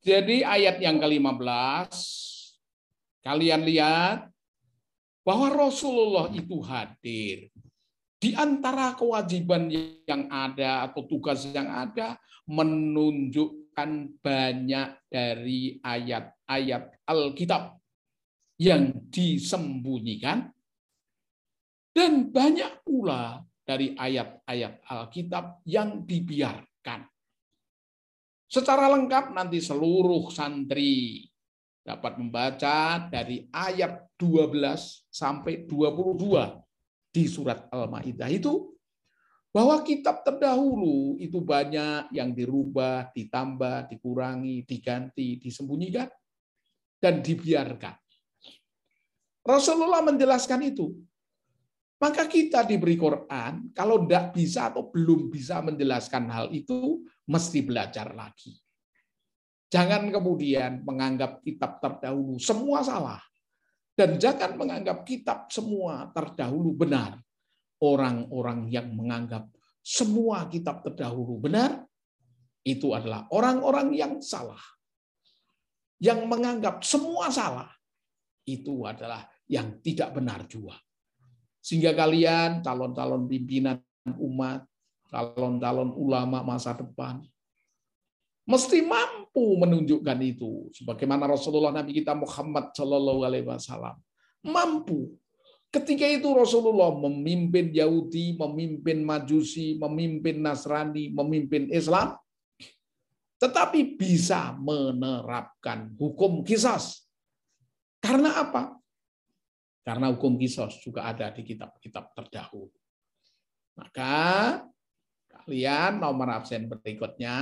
Jadi ayat yang kelima belas, kalian lihat bahwa Rasulullah itu hadir. Di antara kewajiban yang ada atau tugas yang ada, menunjukkan banyak dari ayat-ayat Alkitab yang disembunyikan, dan banyak pula dari ayat-ayat Alkitab yang dibiarkan. Secara lengkap nanti seluruh santri dapat membaca dari ayat dua belas sampai dua puluh dua di surat Al-Maidah itu, bahwa kitab terdahulu itu banyak yang dirubah, ditambah, dikurangi, diganti, disembunyikan, dan dibiarkan. Rasulullah menjelaskan itu. Maka kita diberi Quran, kalau tidak bisa atau belum bisa menjelaskan hal itu, mesti belajar lagi. Jangan kemudian menganggap kitab terdahulu semua salah. Dan jangan menganggap kitab semua terdahulu benar. Orang-orang yang menganggap semua kitab terdahulu benar, itu adalah orang-orang yang salah. Yang menganggap semua salah, itu adalah yang tidak benar juga. Sehingga kalian, calon-calon pimpinan umat, calon-calon ulama masa depan, mesti mampu menunjukkan itu, sebagaimana Rasulullah Nabi kita Muhammad Shallallahu Alaihi Wasallam mampu. Ketika itu Rasulullah memimpin Yahudi, memimpin Majusi, memimpin Nasrani, memimpin Islam, tetapi bisa menerapkan hukum qisas. Karena apa? Karena hukum qisas juga ada di kitab-kitab terdahulu. Maka kalian nomor absen berikutnya,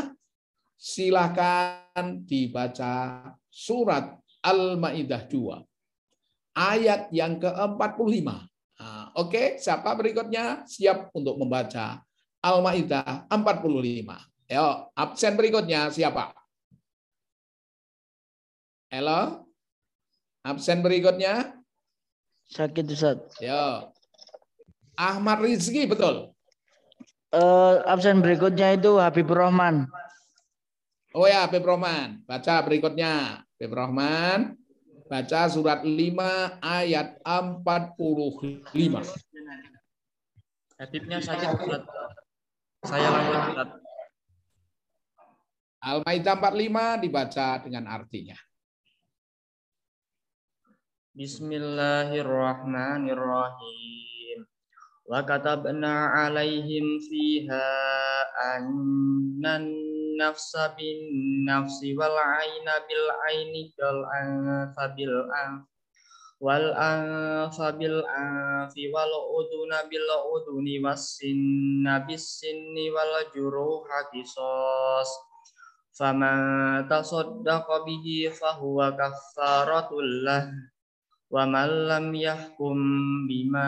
silakan dibaca surat Al-Maidah dua, ayat yang ke empat puluh lima. Nah, oke, siapa berikutnya siap untuk membaca Al-Maidah empat puluh lima? Ayo, absen berikutnya siapa? Halo? Absen berikutnya? Sakit Ustaz. Yo. Ahmad Rizki, betul. Uh, absen berikutnya itu Habibur Rahman. Oh ya, Habib Rahman. Baca berikutnya. Habib Rahman, baca surat lima ayat empat puluh lima. Habibnya sakit, Ustaz. Saya lanjut, Ustaz. Al-Maidah empat puluh lima dibaca dengan artinya. Bismillahirrahmanirrahim. Wa katabna 'alaihim fiha annan nafsa bin nafsi wal 'aina bil 'aini wal anfa bil anf wal anfa bil anfi wal uduna bil uduni was sinna bis sinni wal juruha qisas. Faman tasaddaqa bihi fahuwa kaffaratul lah. Wa man lam yahkum bima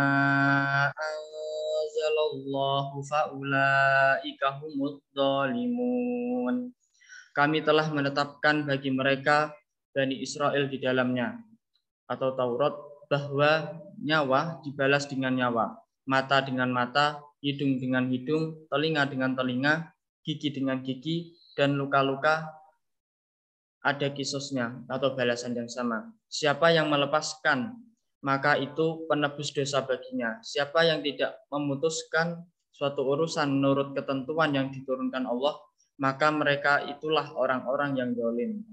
anzalallahu faulaika humudz zalimun. Kami telah menetapkan bagi mereka Bani Israel di dalamnya atau Taurat bahwa nyawa dibalas dengan nyawa, mata dengan mata, hidung dengan hidung, telinga dengan telinga, gigi dengan gigi, dan luka-luka ada kisosnya atau balasan yang sama. Siapa yang melepaskan, maka itu penebus dosa baginya. Siapa yang tidak memutuskan suatu urusan menurut ketentuan yang diturunkan Allah, maka mereka itulah orang-orang yang zalim.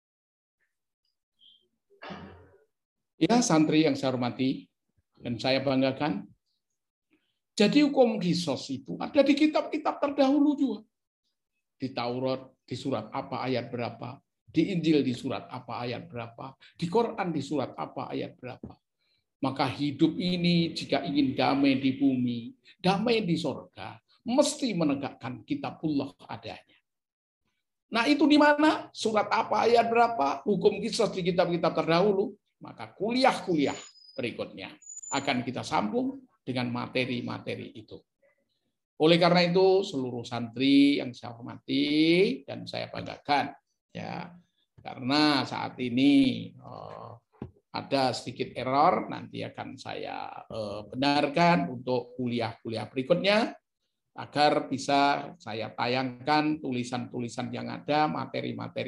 Ya, santri yang saya hormati dan saya banggakan, jadi hukum qisas itu ada di kitab-kitab terdahulu juga. Di Taurat, di surat apa ayat berapa, di Injil di surat apa ayat berapa, di Quran di surat apa ayat berapa. Maka hidup ini jika ingin damai di bumi, damai di sorga, mesti menegakkan kitabullah adanya. Nah itu di mana? Surat apa ayat berapa? Hukum qisas di kitab-kitab terdahulu. Maka kuliah-kuliah berikutnya akan kita sambung dengan materi-materi itu. Oleh karena itu seluruh santri yang saya hormati dan saya banggakan, ya, karena saat ini oh, ada sedikit error, nanti akan saya eh, benarkan untuk kuliah-kuliah berikutnya agar bisa saya tayangkan tulisan-tulisan yang ada, materi-materi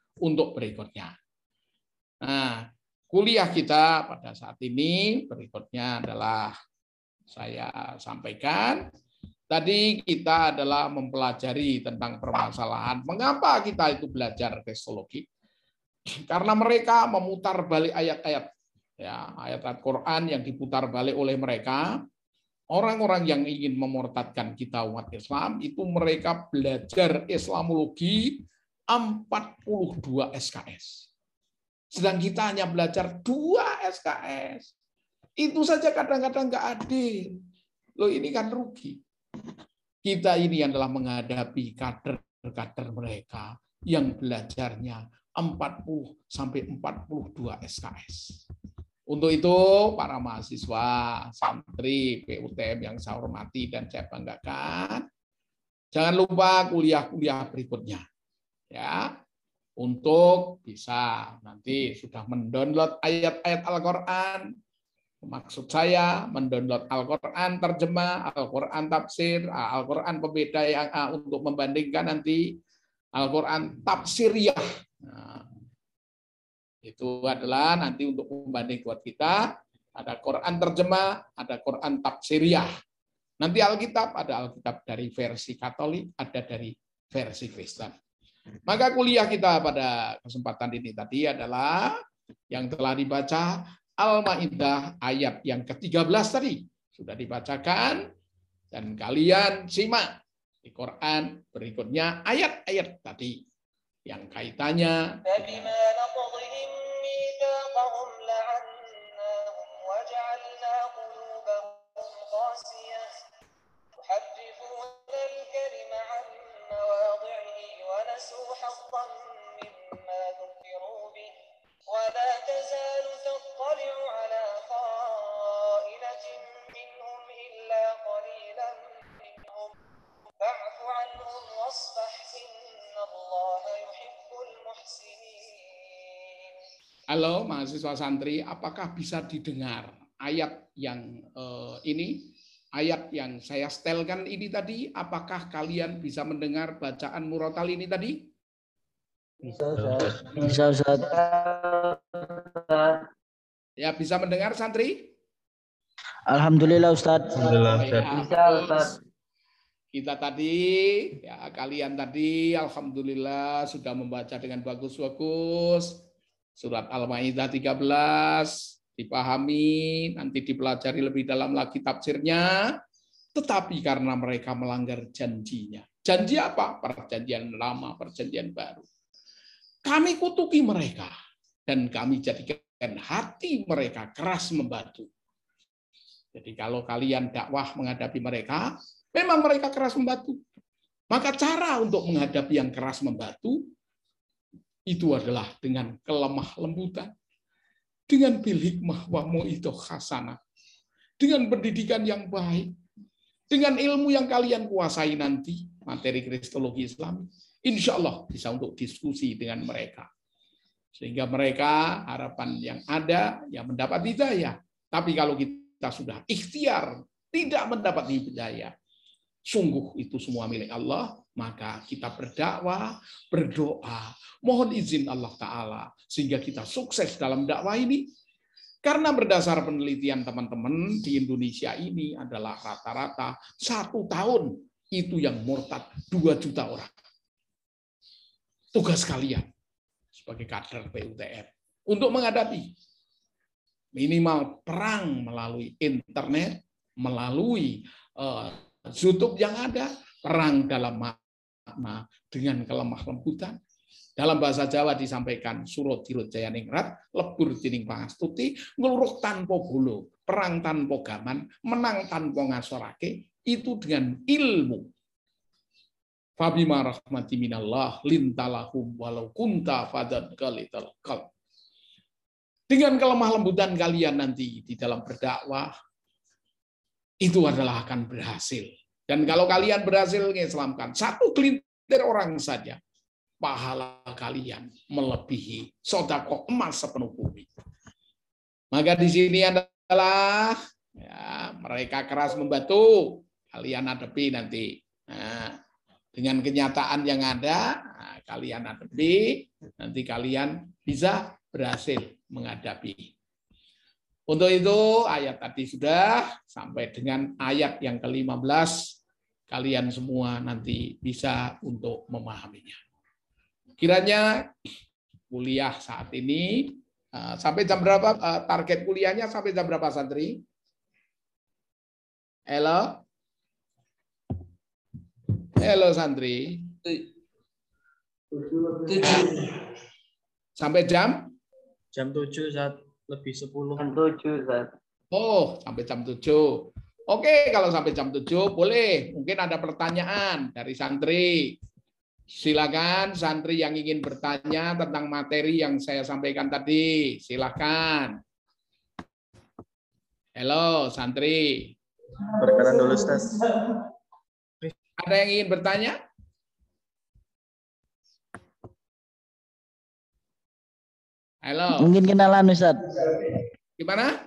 untuk berikutnya. Nah, kuliah kita pada saat ini berikutnya adalah saya sampaikan. Tadi kita adalah mempelajari tentang permasalahan mengapa kita itu belajar kristologi. Karena mereka memutar balik ayat-ayat, ya, ayat-ayat Quran yang diputar balik oleh mereka. Orang-orang yang ingin memurtadkan kita umat Islam itu mereka belajar Islamologi empat puluh dua S K S. Sedang kita hanya belajar dua S K S. Itu saja kadang-kadang nggak adil. Loh, ini kan rugi. Kita ini adalah menghadapi kader-kader mereka yang belajarnya empat puluh sampai empat puluh dua S K S. Untuk itu, para mahasiswa, santri, P U T M yang saya hormati dan saya banggakan, jangan lupa kuliah-kuliah berikutnya. Ya, untuk bisa nanti sudah mendownload ayat-ayat Al-Quran. Maksud saya mendownload Al-Quran terjemah, Al-Quran tafsir, Al-Quran pembeda yang untuk membandingkan nanti Al-Quran tafsiriyah. Nah, itu adalah nanti untuk membanding buat kita, ada Quran terjemah, ada Quran tafsiriyah. Nanti Alkitab, ada Alkitab dari versi Katolik, ada dari versi Kristen. Maka kuliah kita pada kesempatan ini tadi adalah yang telah dibaca Al-Maidah ayat yang ke tiga belas tadi. Sudah dibacakan dan kalian simak di Quran berikutnya ayat-ayat tadi yang kaitannya ولا تزال تطلع على خائنة منهم إلا قليلا منهم فاعف عنهم واصفح إن الله يحب المحسنين. Halo mahasiswa santri, apakah bisa didengar ayat yang eh, ini, ayat yang saya setelkan ini tadi? Apakah kalian bisa mendengar bacaan murotal ini tadi? Bisa, Ustaz. Bisa, Ustaz. Ya, bisa mendengar santri? Alhamdulillah, Ustaz. Alhamdulillah, Ustaz. Ya, Bisa, Ustaz. kita tadi, ya kalian tadi, alhamdulillah sudah membaca dengan bagus-bagus surat Al-Maidah tiga belas, dipahami, nanti dipelajari lebih dalam lagi tafsirnya. Tetapi karena mereka melanggar janjinya, janji apa? Perjanjian lama, perjanjian baru. Kami kutuki mereka dan kami jadikan hati mereka keras membatu. Jadi kalau kalian dakwah menghadapi mereka, memang mereka keras membatu. Maka cara untuk menghadapi yang keras membatu itu adalah dengan kelemah lembutan, dengan bil hikmah wa mau'izah hasanah, dengan pendidikan yang baik, dengan ilmu yang kalian kuasai nanti, materi kristologi Islam, insya Allah bisa untuk diskusi dengan mereka. Sehingga mereka harapan yang ada, yang mendapat hidayah. Tapi kalau kita sudah ikhtiar, tidak mendapat hidayah, sungguh itu semua milik Allah, maka kita berdakwah, berdoa, mohon izin Allah Ta'ala, sehingga kita sukses dalam dakwah ini. Karena berdasar penelitian teman-teman di Indonesia ini adalah rata-rata satu tahun itu yang murtad dua juta orang. Tugas kalian sebagai kader P U T M untuk menghadapi minimal perang melalui internet, melalui uh, YouTube yang ada, perang dalam makna dengan kelemah lembutan. Dalam bahasa Jawa disampaikan surut tirut jaya ningrat, lebur tining pangastuti, ngeluruk tanpa bolo, perang tanpa gaman, menang tanpa ngasorake, itu dengan ilmu. Fabima rahmati minallah lintalahum walau kunta fadan kalital qalb. Dengan kelemah lembutan kalian nanti di dalam berdakwah itu adalah akan berhasil. Dan kalau kalian berhasil mengislamkan satu gelintir orang saja, pahala kalian melebihi sedekah emas sepenuh bumi. Maka di sini adalah ya, mereka keras membatu, kalian hadapi nanti. Nah, dengan kenyataan yang ada, nah, kalian hadapi, nanti kalian bisa berhasil menghadapi. Untuk itu ayat tadi sudah sampai dengan ayat yang kelima belas, kalian semua nanti bisa untuk memahaminya. Kiranya kuliah saat ini sampai jam berapa, target kuliahnya sampai jam berapa santri? Halo? Halo santri. Sampai jam? Jam tujuh saat lebih sepuluh. Jam tujuh, Ustaz. Oh, sampai jam tujuh. Oke, kalau sampai jam tujuh boleh. Mungkin ada pertanyaan dari santri. Silakan santri yang ingin bertanya tentang materi yang saya sampaikan tadi. Silakan. Halo, santri. Perkenan dulu, Ustaz. Ada yang ingin bertanya? Halo. Mungkin kenalan Ustaz. Gimana?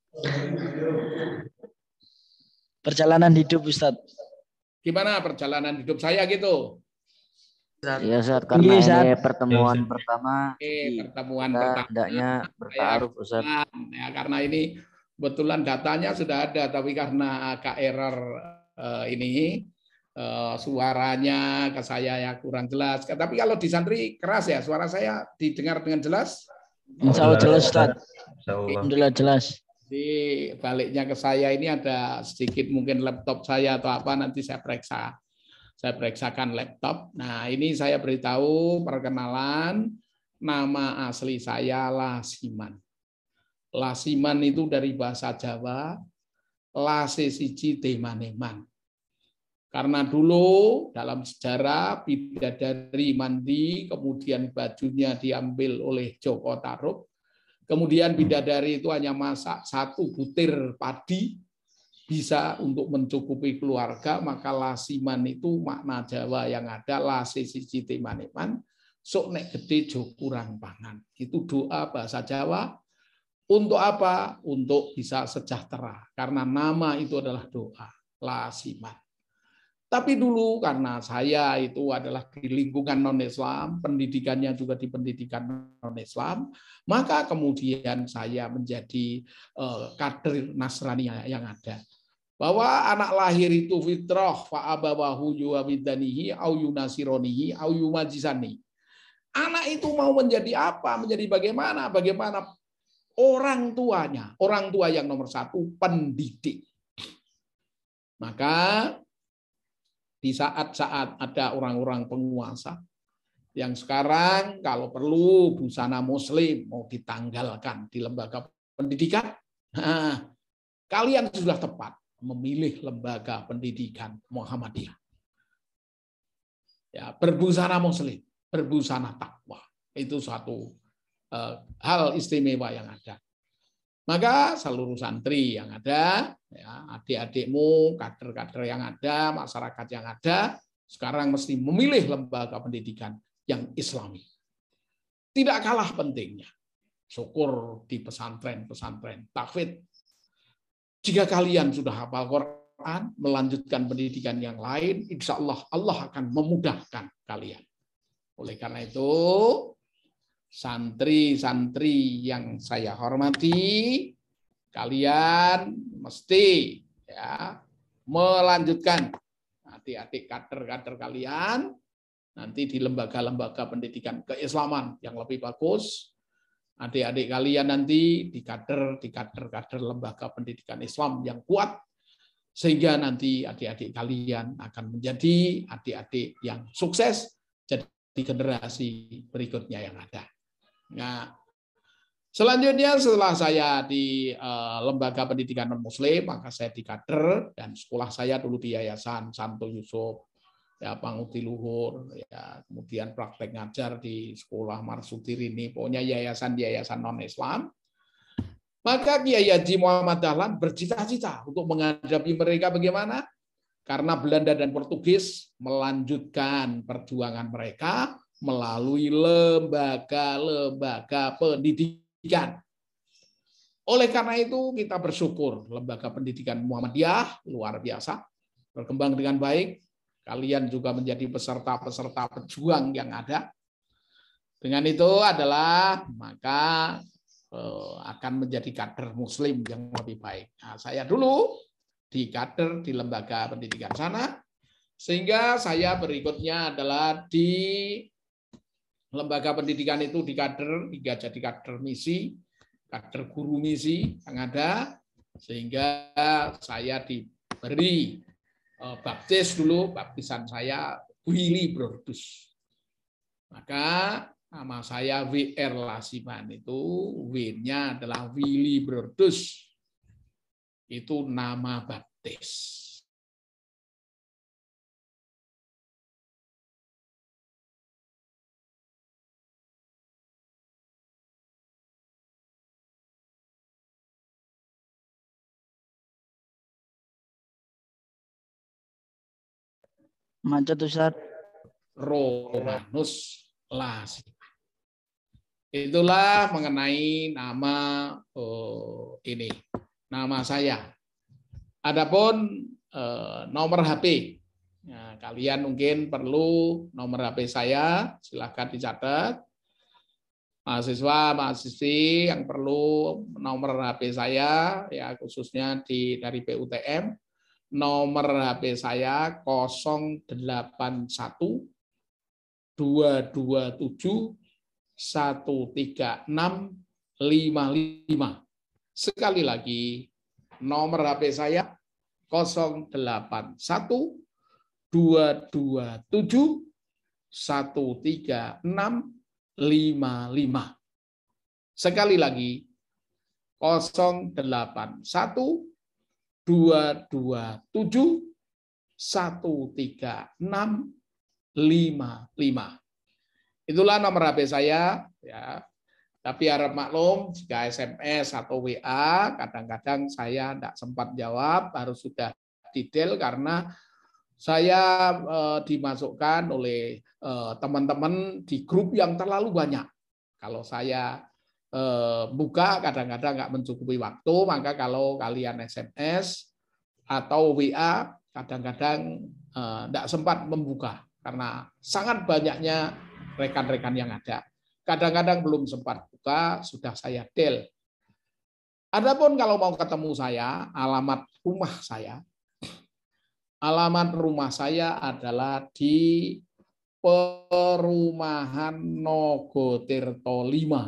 Perjalanan hidup Ustaz. Gimana perjalanan hidup saya gitu? Iya Ustaz, karena ini pertemuan pertama. Oke, pertemuan kita pertama. hendaknya bertaaruf Ustaz. Ya, karena ini kebetulan datanya sudah ada, tapi karena agak error eh, ini eh, suaranya ke saya ya kurang jelas. Tapi kalau di santri keras ya, suara saya didengar dengan jelas? Insya Allah jelas Ustaz. Insyaallah. Alhamdulillah jelas. Di baliknya ke saya ini ada sedikit mungkin laptop saya atau apa, nanti saya periksa. Saya periksakan laptop. Nah, ini saya beritahu perkenalan, nama asli saya Lasiman. Lasiman itu dari bahasa Jawa, lase siji temaneman. Karena dulu dalam sejarah bidadari mandi, kemudian bajunya diambil oleh Joko Tarub, kemudian bidadari itu hanya masak satu butir padi, bisa untuk mencukupi keluarga, maka lasiman itu makna Jawa yang ada, lase siji temaneman, sok nek gede jo kurang pangan. Itu doa bahasa Jawa. Untuk apa? Untuk bisa sejahtera. Karena nama itu adalah doa, lasiman. Tapi dulu karena saya itu adalah di lingkungan non-Islam, pendidikannya juga di pendidikan non-Islam, maka kemudian saya menjadi kader Nasrani yang ada. Bahwa anak lahir itu fitrah, fa'abawahu yuwawidanihi, au yunasironihi, au yumajisani. Anak itu mau menjadi apa? Menjadi bagaimana? Bagaimana orang tuanya? Orang tua yang nomor satu, pendidik. Maka di saat-saat ada orang-orang penguasa yang sekarang kalau perlu busana muslim mau ditanggalkan di lembaga pendidikan, nah, kalian sudah tepat memilih lembaga pendidikan Muhammadiyah. Ya, berbusana muslim, berbusana takwa. Itu satu uh, hal istimewa yang ada. Maka seluruh santri yang ada, ya, adik-adikmu, kader-kader yang ada, masyarakat yang ada, sekarang mesti memilih lembaga pendidikan yang Islami. Tidak kalah pentingnya. Syukur di pesantren-pesantren tahfidz. Jika kalian sudah hafal Quran, melanjutkan pendidikan yang lain, insya Allah Allah akan memudahkan kalian. Oleh karena itu, santri-santri yang saya hormati, kalian mesti ya melanjutkan adik-adik kader-kader kalian nanti di lembaga-lembaga pendidikan keislaman yang lebih bagus. Adik-adik kalian nanti di kader di kader-kader lembaga pendidikan Islam yang kuat, sehingga nanti adik-adik kalian akan menjadi adik-adik yang sukses jadi generasi berikutnya yang ada. Nah, selanjutnya setelah saya di uh, lembaga pendidikan non-muslim, maka saya di kader dan sekolah saya dulu di Yayasan Santo Yusuf, ya Pangudi Luhur, ya kemudian praktek ngajar di sekolah Marsudi ini, pokoknya yayasan-yayasan non-Islam. Maka Kiai Haji Muhammad Dahlan bercita-cita untuk menghadapi mereka bagaimana? Karena Belanda dan Portugis melanjutkan perjuangan mereka melalui lembaga-lembaga pendidikan. Oleh karena itu kita bersyukur lembaga pendidikan Muhammadiyah luar biasa, berkembang dengan baik. Kalian juga menjadi peserta-peserta pejuang yang ada. Dengan itu adalah maka eh, akan menjadi kader muslim yang lebih baik. Nah, saya dulu di kader di lembaga pendidikan sana, sehingga saya berikutnya adalah di lembaga pendidikan itu di kader, hingga jadi kader misi, kader guru misi yang ada, sehingga saya diberi eh, baptis dulu, baptisan saya Willy Brodus. Maka nama saya W R Lasiman itu, W-nya adalah Willy Brodus. Itu nama baptis. Macet Ustaz. Romanus Lasiman. Itulah mengenai nama oh, ini, nama saya. Adapun eh, nomor H P, nah, kalian mungkin perlu nomor H P saya, silahkan dicatat. Mahasiswa, mahasiswi yang perlu nomor H P saya, ya khususnya di dari P U T M, nomor H P saya nol delapan satu dua dua tujuh satu tiga enam lima lima. Sekali lagi, nomor H P saya nol delapan satu dua dua tujuh satu tiga enam lima lima. Sekali lagi, nol delapan satu dua dua tujuh satu tiga enam lima lima. Itulah nomor H P saya, ya. Tapi harap maklum jika S M S atau W A kadang-kadang saya tidak sempat jawab, harus sudah detail karena saya eh, dimasukkan oleh teman-teman eh, di grup yang terlalu banyak. Kalau saya eh, buka kadang-kadang nggak mencukupi waktu, maka kalau kalian S M S atau W A kadang-kadang eh, nggak sempat membuka karena sangat banyaknya rekan-rekan yang ada. Kadang-kadang belum sempat buka, sudah saya del. Adapun kalau mau ketemu saya, alamat rumah saya, alamat rumah saya adalah di Perumahan Nogotirto lima.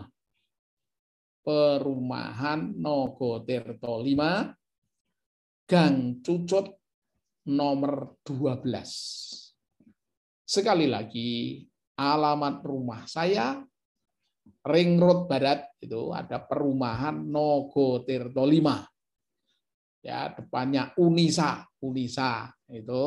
Perumahan Nogotirto lima, Gang Cucut nomor dua belas. Sekali lagi, alamat rumah saya Ring Road Barat, itu ada Perumahan Nogotirto lima. Ya, depannya Unisa, Unisa itu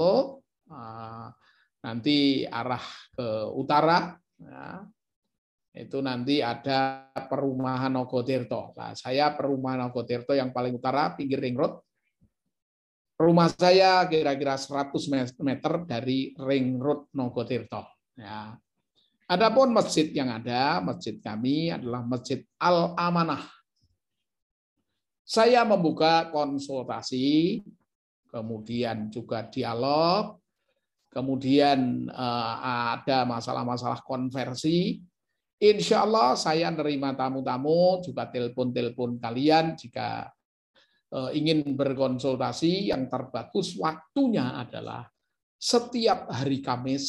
nanti arah ke utara, ya, itu nanti ada Perumahan Nogotirto. Nah, saya Perumahan Nogotirto yang paling utara, pinggir Ring Road. Rumah saya kira-kira seratus meter dari Ring Road Nogotirto. Ya. Adapun masjid yang ada, masjid kami adalah Masjid Al-Amanah. Saya membuka konsultasi, kemudian juga dialog, kemudian ada masalah-masalah konversi. Insya Allah saya nerima tamu-tamu, juga telepon-telepon kalian jika ingin berkonsultasi. Yang terbagus waktunya adalah setiap hari Kamis,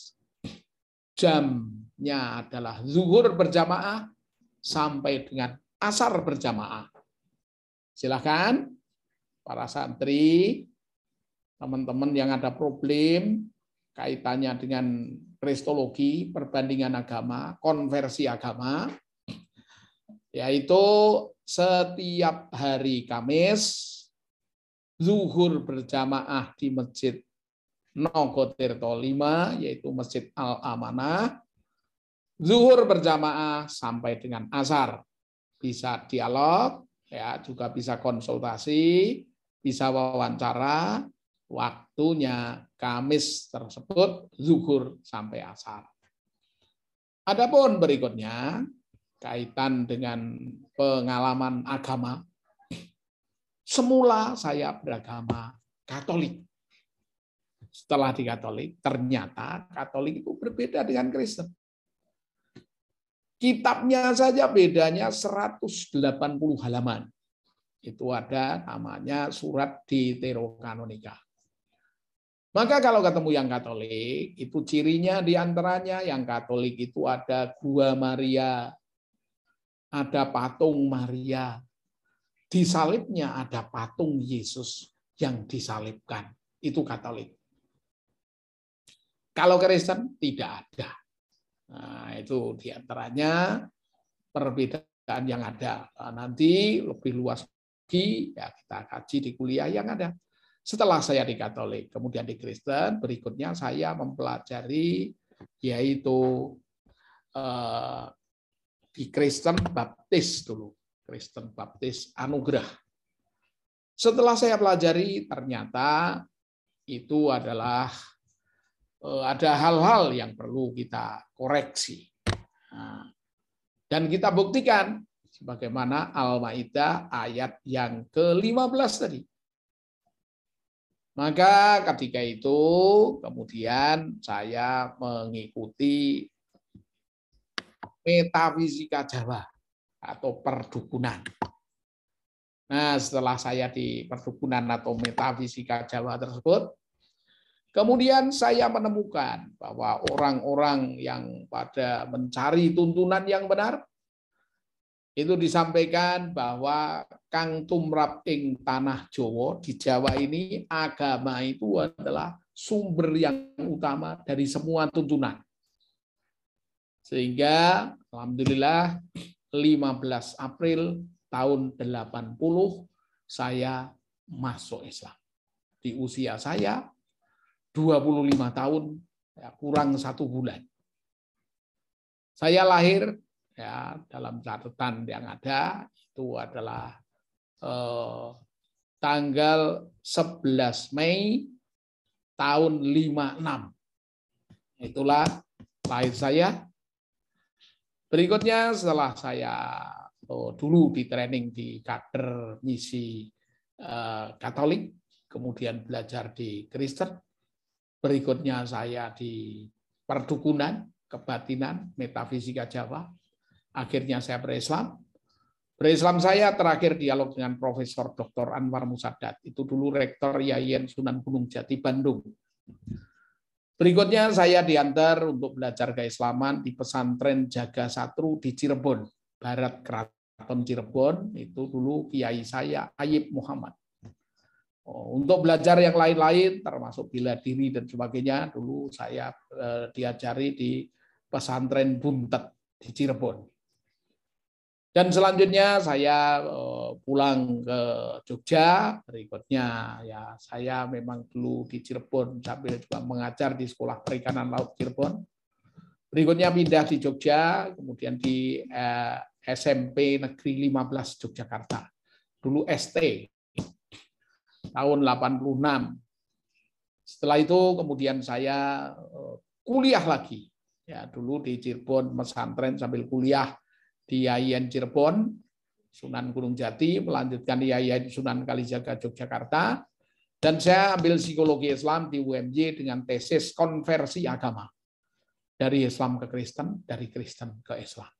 jamnya adalah zuhur berjamaah sampai dengan asar berjamaah. Silakan para santri, teman-teman yang ada problem kaitannya dengan kristologi, perbandingan agama, konversi agama, yaitu setiap hari Kamis zuhur berjamaah di Masjid Nogotirto lima, yaitu Masjid Al-Amanah, zuhur berjamaah sampai dengan asar. Bisa dialog, ya, juga bisa konsultasi, bisa wawancara. Waktunya Kamis tersebut zuhur sampai asar. Adapun berikutnya kaitan dengan pengalaman agama. Semula saya beragama Katolik. setelah di Katolik, ternyata Katolik itu berbeda dengan Kristen. Kitabnya saja bedanya seratus delapan puluh halaman. Itu ada namanya surat Deuterokanonika. Maka kalau ketemu yang Katolik, itu cirinya diantaranya yang Katolik itu ada gua Maria, ada patung Maria, di salibnya ada patung Yesus yang disalibkan. Itu Katolik. Kalau Kristen tidak ada. Nah, itu diantaranya perbedaan yang ada. Nah, nanti lebih luas lagi ya kita kaji di kuliah yang ada. Setelah saya di Katolik, kemudian di Kristen, berikutnya saya mempelajari yaitu eh, di Kristen Baptis dulu, Kristen Baptis Anugerah. Setelah saya pelajari, ternyata itu adalah eh, ada hal-hal yang perlu kita koreksi. Nah, dan kita buktikan sebagaimana Al-Maidah ayat yang ke lima belas tadi. Maka ketika itu kemudian saya mengikuti metafisika Jawa atau perdukunan. Nah, setelah saya di perdukunan atau metafisika Jawa tersebut, kemudian saya menemukan bahwa orang-orang yang pada mencari tuntunan yang benar, itu disampaikan bahwa kang tumrap ing tanah Jawa, di Jawa ini agama itu adalah sumber yang utama dari semua tuntunan. Sehingga alhamdulillah lima belas April tahun delapan puluh saya masuk Islam. Di usia saya dua puluh lima tahun, ya, kurang satu bulan. Saya lahir ya dalam catatan yang ada itu adalah eh, tanggal sebelas Mei tahun lima enam. Itulah lahir saya. Berikutnya setelah saya oh, dulu di training di kader misi eh, Katolik, kemudian belajar di Kristen. Berikutnya saya di perdukunan, kebatinan, metafisika Jawa. Akhirnya saya berislam. Berislam saya terakhir dialog dengan Profesor Doktor Anwar Musadat. Itu dulu Rektor Yayan Sunan Gunung Jati, Bandung. Berikutnya saya diantar untuk belajar keislaman di pesantren Jaga Satru di Cirebon, Barat Keraton Cirebon. Itu dulu kiai saya, Ayib Muhammad. Untuk belajar yang lain-lain, termasuk bela diri dan sebagainya, dulu saya eh, diajari di pesantren Buntet di Cirebon. Dan selanjutnya saya pulang ke Jogja. Berikutnya ya saya memang dulu di Cirebon sambil juga mengajar di Sekolah Perikanan Laut Cirebon. Berikutnya pindah di Jogja, kemudian di S M P Negeri lima belas Yogyakarta. Dulu S T tahun delapan puluh enam. Setelah itu kemudian saya kuliah lagi. Ya, dulu di Cirebon pesantren sambil kuliah di Yayan Cirebon, Sunan Gunung Jati, melanjutkan di Yayan Sunan Kalijaga Yogyakarta, dan saya ambil psikologi Islam di U M J dengan tesis konversi agama dari Islam ke Kristen, dari Kristen ke Islam.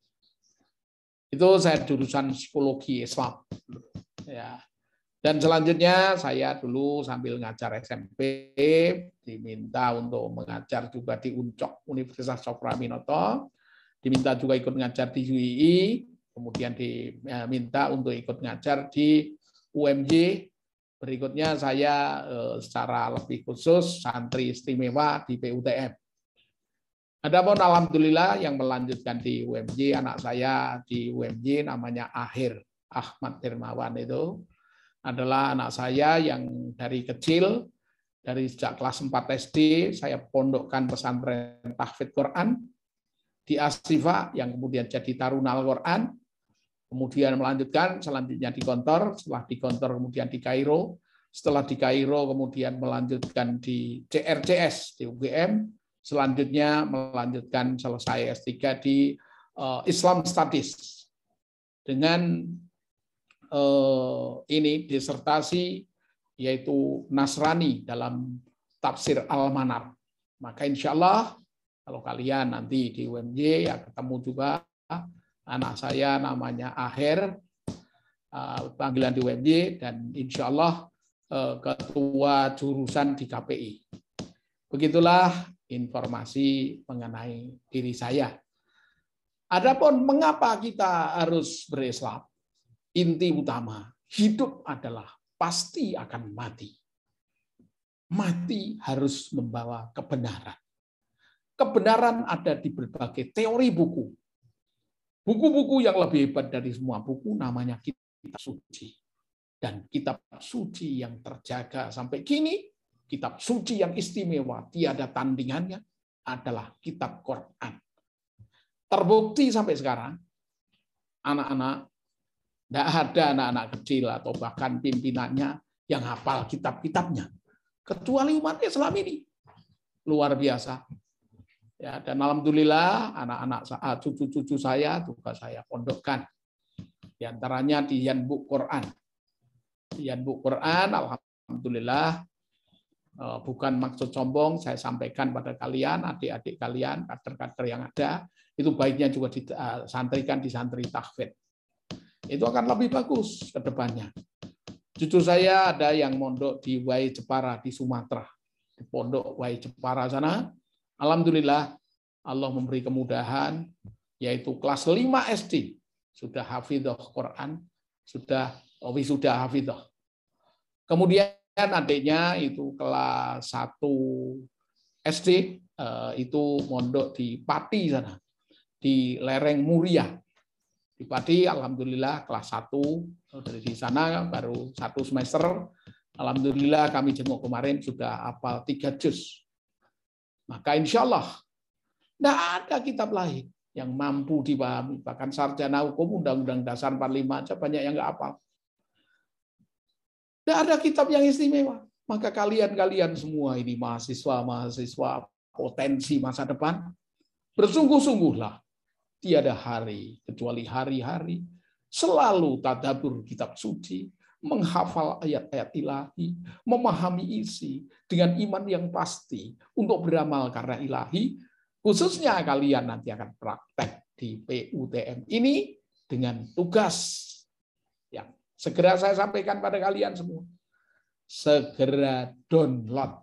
Itu saya jurusan psikologi Islam. Ya. Dan selanjutnya saya dulu sambil ngajar S M P diminta untuk mengajar juga di U N C O K Universitas Cokroaminoto. Diminta juga ikut ngajar di U I I, kemudian diminta untuk ikut ngajar di U M J. Berikutnya saya secara lebih khusus santri istimewa di P U T M. Adapun alhamdulillah yang melanjutkan di U M J, anak saya di U M J namanya Akhir Ahmad Dermawan, itu adalah anak saya yang dari kecil, dari sejak kelas empat S D, saya pondokkan pesantren tahfidz Quran di Asyifa yang kemudian jadi Taruna Al-Quran, kemudian melanjutkan selanjutnya di Kontor, setelah di Kontor kemudian di Kairo, setelah di Kairo kemudian melanjutkan di C R C S di U G M, selanjutnya melanjutkan selesai S tiga di Islam Studies dengan ini disertasi yaitu Nasrani dalam tafsir Al-Manar. Maka insya Allah kalau kalian nanti di U M J ya ketemu juga anak saya namanya Aher, panggilan di U M J, dan insya Allah ketua jurusan di K P I. Begitulah informasi mengenai diri saya. Adapun mengapa kita harus berislam? Inti utama, hidup adalah pasti akan mati. Mati harus membawa kebenaran. Kebenaran ada di berbagai teori buku. Buku-buku yang lebih hebat dari semua buku namanya kitab suci. Dan kitab suci yang terjaga sampai kini, kitab suci yang istimewa, tiada tandingannya, adalah kitab Quran. Terbukti sampai sekarang, anak-anak, tidak ada anak-anak kecil atau bahkan pimpinannya yang hafal kitab-kitabnya. Kecuali umat Islam ini. Luar biasa. Ya, dan alhamdulillah anak-anak cucu-cucu saya juga saya pondokkan. Di antaranya di Yanbu Quran. Di Yanbu Quran, alhamdulillah, bukan maksud sombong, saya sampaikan pada kalian, adik-adik kalian, kader-kader yang ada, itu baiknya juga disantrikan di santri tahfidz. Itu akan lebih bagus ke depannya. Cucu saya ada yang mondok di Wai Jepara di Sumatera, di pondok Wai Jepara sana. Alhamdulillah Allah memberi kemudahan, yaitu kelas lima S D sudah hafidhah Quran, sudah wisuda hafidhah. Kemudian adiknya itu kelas satu S D itu mondok di Pati sana, di lereng Muria. Di Pati, alhamdulillah kelas satu dari di sana baru satu semester. Alhamdulillah kami jenguk kemarin sudah hafal tiga juz. Maka insya Allah tidak ada kitab lain yang mampu dipahami. Bahkan sarjana hukum Undang-Undang Dasar empat puluh lima aja banyak yang nggak hafal. Tidak ada kitab yang istimewa. Maka kalian-kalian semua ini mahasiswa-mahasiswa potensi masa depan, bersungguh-sungguhlah. Tiada hari kecuali hari-hari selalu tadabbur kitab suci, menghafal ayat-ayat ilahi, memahami isi dengan iman yang pasti untuk beramal karena ilahi, khususnya kalian nanti akan praktek di P U T M ini dengan tugas yang segera saya sampaikan pada kalian semua. Segera download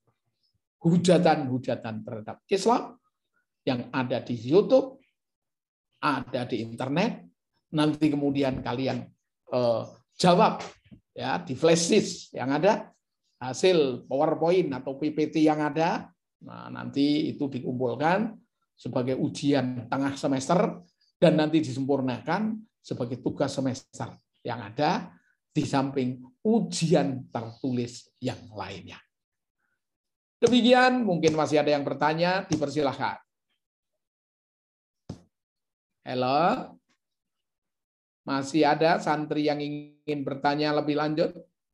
hujatan-hujatan terhadap Islam yang ada di YouTube, ada di internet, nanti kemudian kalian eh, jawab ya di flash disk yang ada, hasil PowerPoint atau P P T yang ada, nah nanti itu dikumpulkan sebagai ujian tengah semester dan nanti disempurnakan sebagai tugas semester yang ada di samping ujian tertulis yang lainnya. Demikian, mungkin masih ada yang bertanya, dipersilahkan. Halo, masih ada santri yang ingin bertanya lebih lanjut?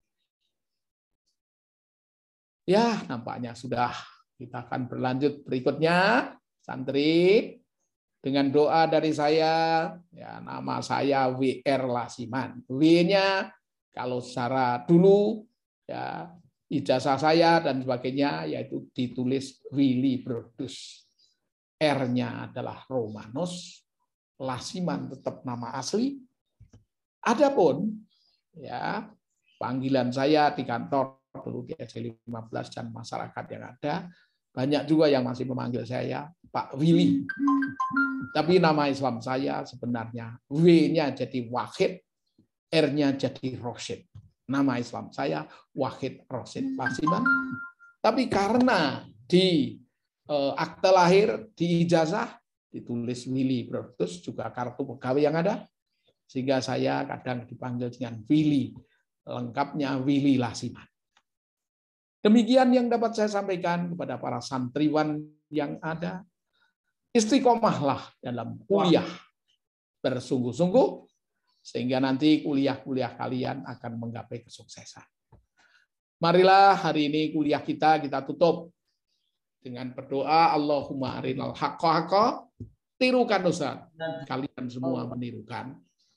Ya, nampaknya sudah. Kita akan berlanjut berikutnya, santri, dengan doa dari saya. Ya, nama saya W R Lasiman. W-nya kalau secara dulu ya ijazah saya dan sebagainya yaitu ditulis Willy Brodus. R-nya adalah Romanus. Lasiman tetap nama asli. Adapun ya panggilan saya di kantor dulu di S D lima belas dan masyarakat yang ada banyak juga yang masih memanggil saya Pak Willy. Tapi nama Islam saya sebenarnya W-nya jadi Wahid, R-nya jadi Rosyid. Nama Islam saya Wahid Rosyid Lasiman. Tapi karena di eh, akte lahir, di ijazah ditulis Willy Brodus, juga kartu pegawai yang ada, sehingga saya kadang dipanggil dengan Willy, lengkapnya Willy Lasiman. Demikian yang dapat saya sampaikan kepada para santriwan yang ada. Istiqomahlah dalam kuliah, bersungguh-sungguh, sehingga nanti kuliah-kuliah kalian akan menggapai kesuksesan. Marilah hari ini kuliah kita kita tutup dengan berdoa, Allahumma arinal haqqa haqqa, tirukan Ustaz. Kalian semua menirukan.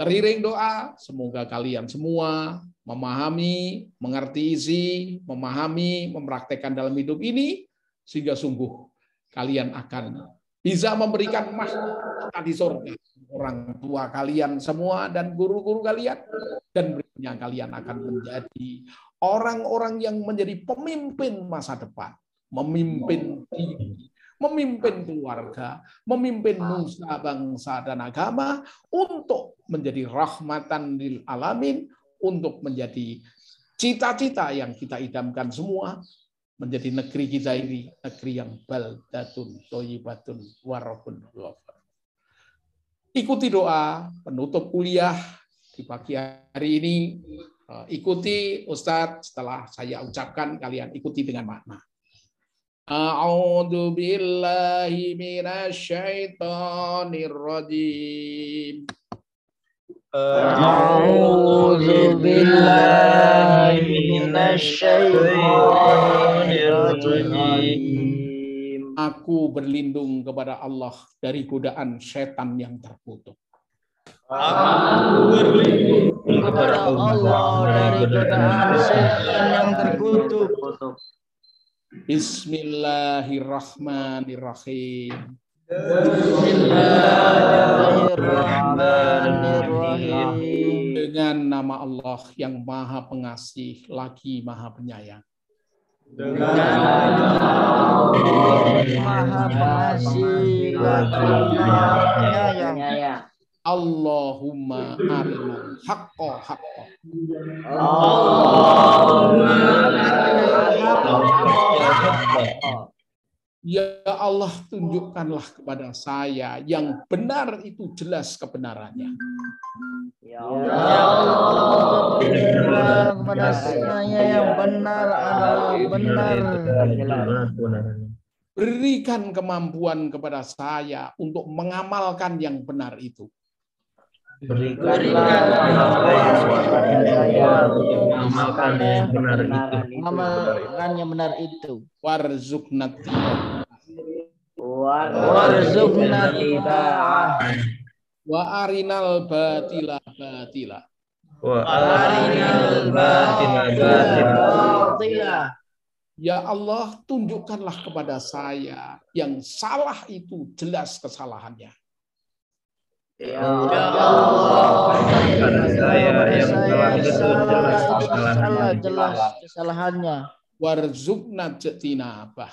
Teriring doa, semoga kalian semua memahami, mengerti isi, memahami, mempraktekkan dalam hidup ini, sehingga sungguh kalian akan bisa memberikan mahkota di surga orang tua kalian semua dan guru-guru kalian, dan berikutnya kalian akan menjadi orang-orang yang menjadi pemimpin masa depan, memimpin diri, memimpin keluarga, memimpin nusa, bangsa, dan agama untuk menjadi rahmatan lil alamin, untuk menjadi cita-cita yang kita idamkan semua, menjadi negeri kita ini negeri yang baldatun thayyibatun wa rabbun ghafur. Ikuti doa penutup kuliah di pagi hari ini. Ikuti Ustadz, setelah saya ucapkan kalian ikuti dengan makna. A'udzu billahi minasyaitonir rajim. A'udzu billahi minasyaitonir rajim. Aku berlindung kepada Allah dari godaan setan yang terkutuk. Aku berlindung kepada Allah dari godaan setan yang terkutuk. Bismillahirrahmanirrahim. Bismillahirrahmanirrahim. Dengan nama Allah yang Maha Pengasih lagi Maha Penyayang. Dengan nama Allah Maha Pengasih lagi Maha Penyayang. Allahumma arinal haqqa haqqa. Allahumma arinal haqqa. Ya Allah, tunjukkanlah kepada saya yang benar itu jelas kebenarannya. Ya Allah, tunjukkanlah kepada saya yang benar adalah benar. Berikan kemampuan kepada saya untuk mengamalkan yang benar itu. Berikan kemampuan kepada saya untuk mengamalkan yang benar itu. Mengamalkan yang benar itu. Warzuqna Warzuqna tiba'ah. Wa arinal batila batila. Wa arinal batila batila. Ya Allah, tunjukkanlah kepada saya yang salah itu jelas kesalahannya. Ya Allah, kepada saya yang salah itu jelas kesalahannya. Jelas kesalahannya. Warzuqna jatinabah.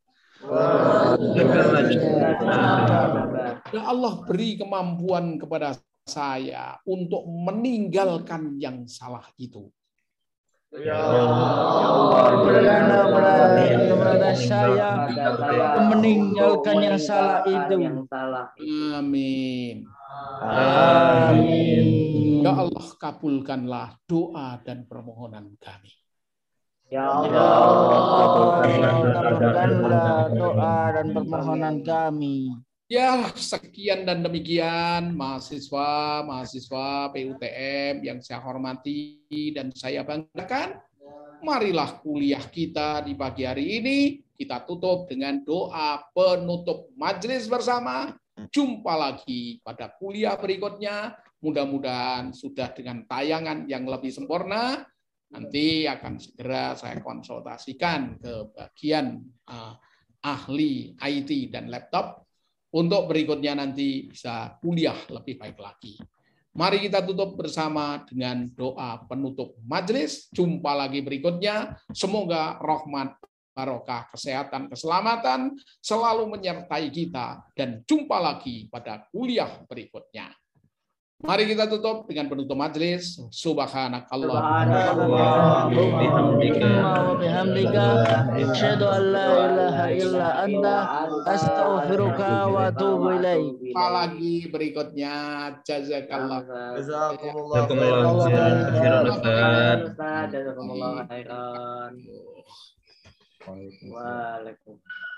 Ya Allah, beri kemampuan kepada saya untuk meninggalkan yang salah itu. Ya Allah, berikan kepada saya meninggalkan yang salah itu. Amin. Amin. Ya Allah, kabulkanlah doa dan permohonan kami. Ya Allah, kabulkanlah doa dan permohonan kami. Ya, sekian dan demikian mahasiswa, mahasiswa P U T M yang saya hormati dan saya banggakan. Marilah kuliah kita di pagi hari ini kita tutup dengan doa penutup majelis bersama. Jumpa lagi pada kuliah berikutnya. Mudah-mudahan sudah dengan tayangan yang lebih sempurna. Nanti akan segera saya konsultasikan ke bagian uh, ahli I T dan laptop untuk berikutnya nanti bisa kuliah lebih baik lagi. Mari kita tutup bersama dengan doa penutup majelis. Jumpa lagi berikutnya. Semoga rahmat, barokah, kesehatan, keselamatan selalu menyertai kita. Dan jumpa lagi pada kuliah berikutnya. Mari kita tutup dengan penutup majelis. Subhanakallahumma wa bihamdika asyhadu an la ilaha illa anta astaghfiruka wa atubu ilaik. Jumpa lagi berikutnya. Jazakallah. Jazakumullah khairan. Jazakumullah khairan. Waalaikumsalam.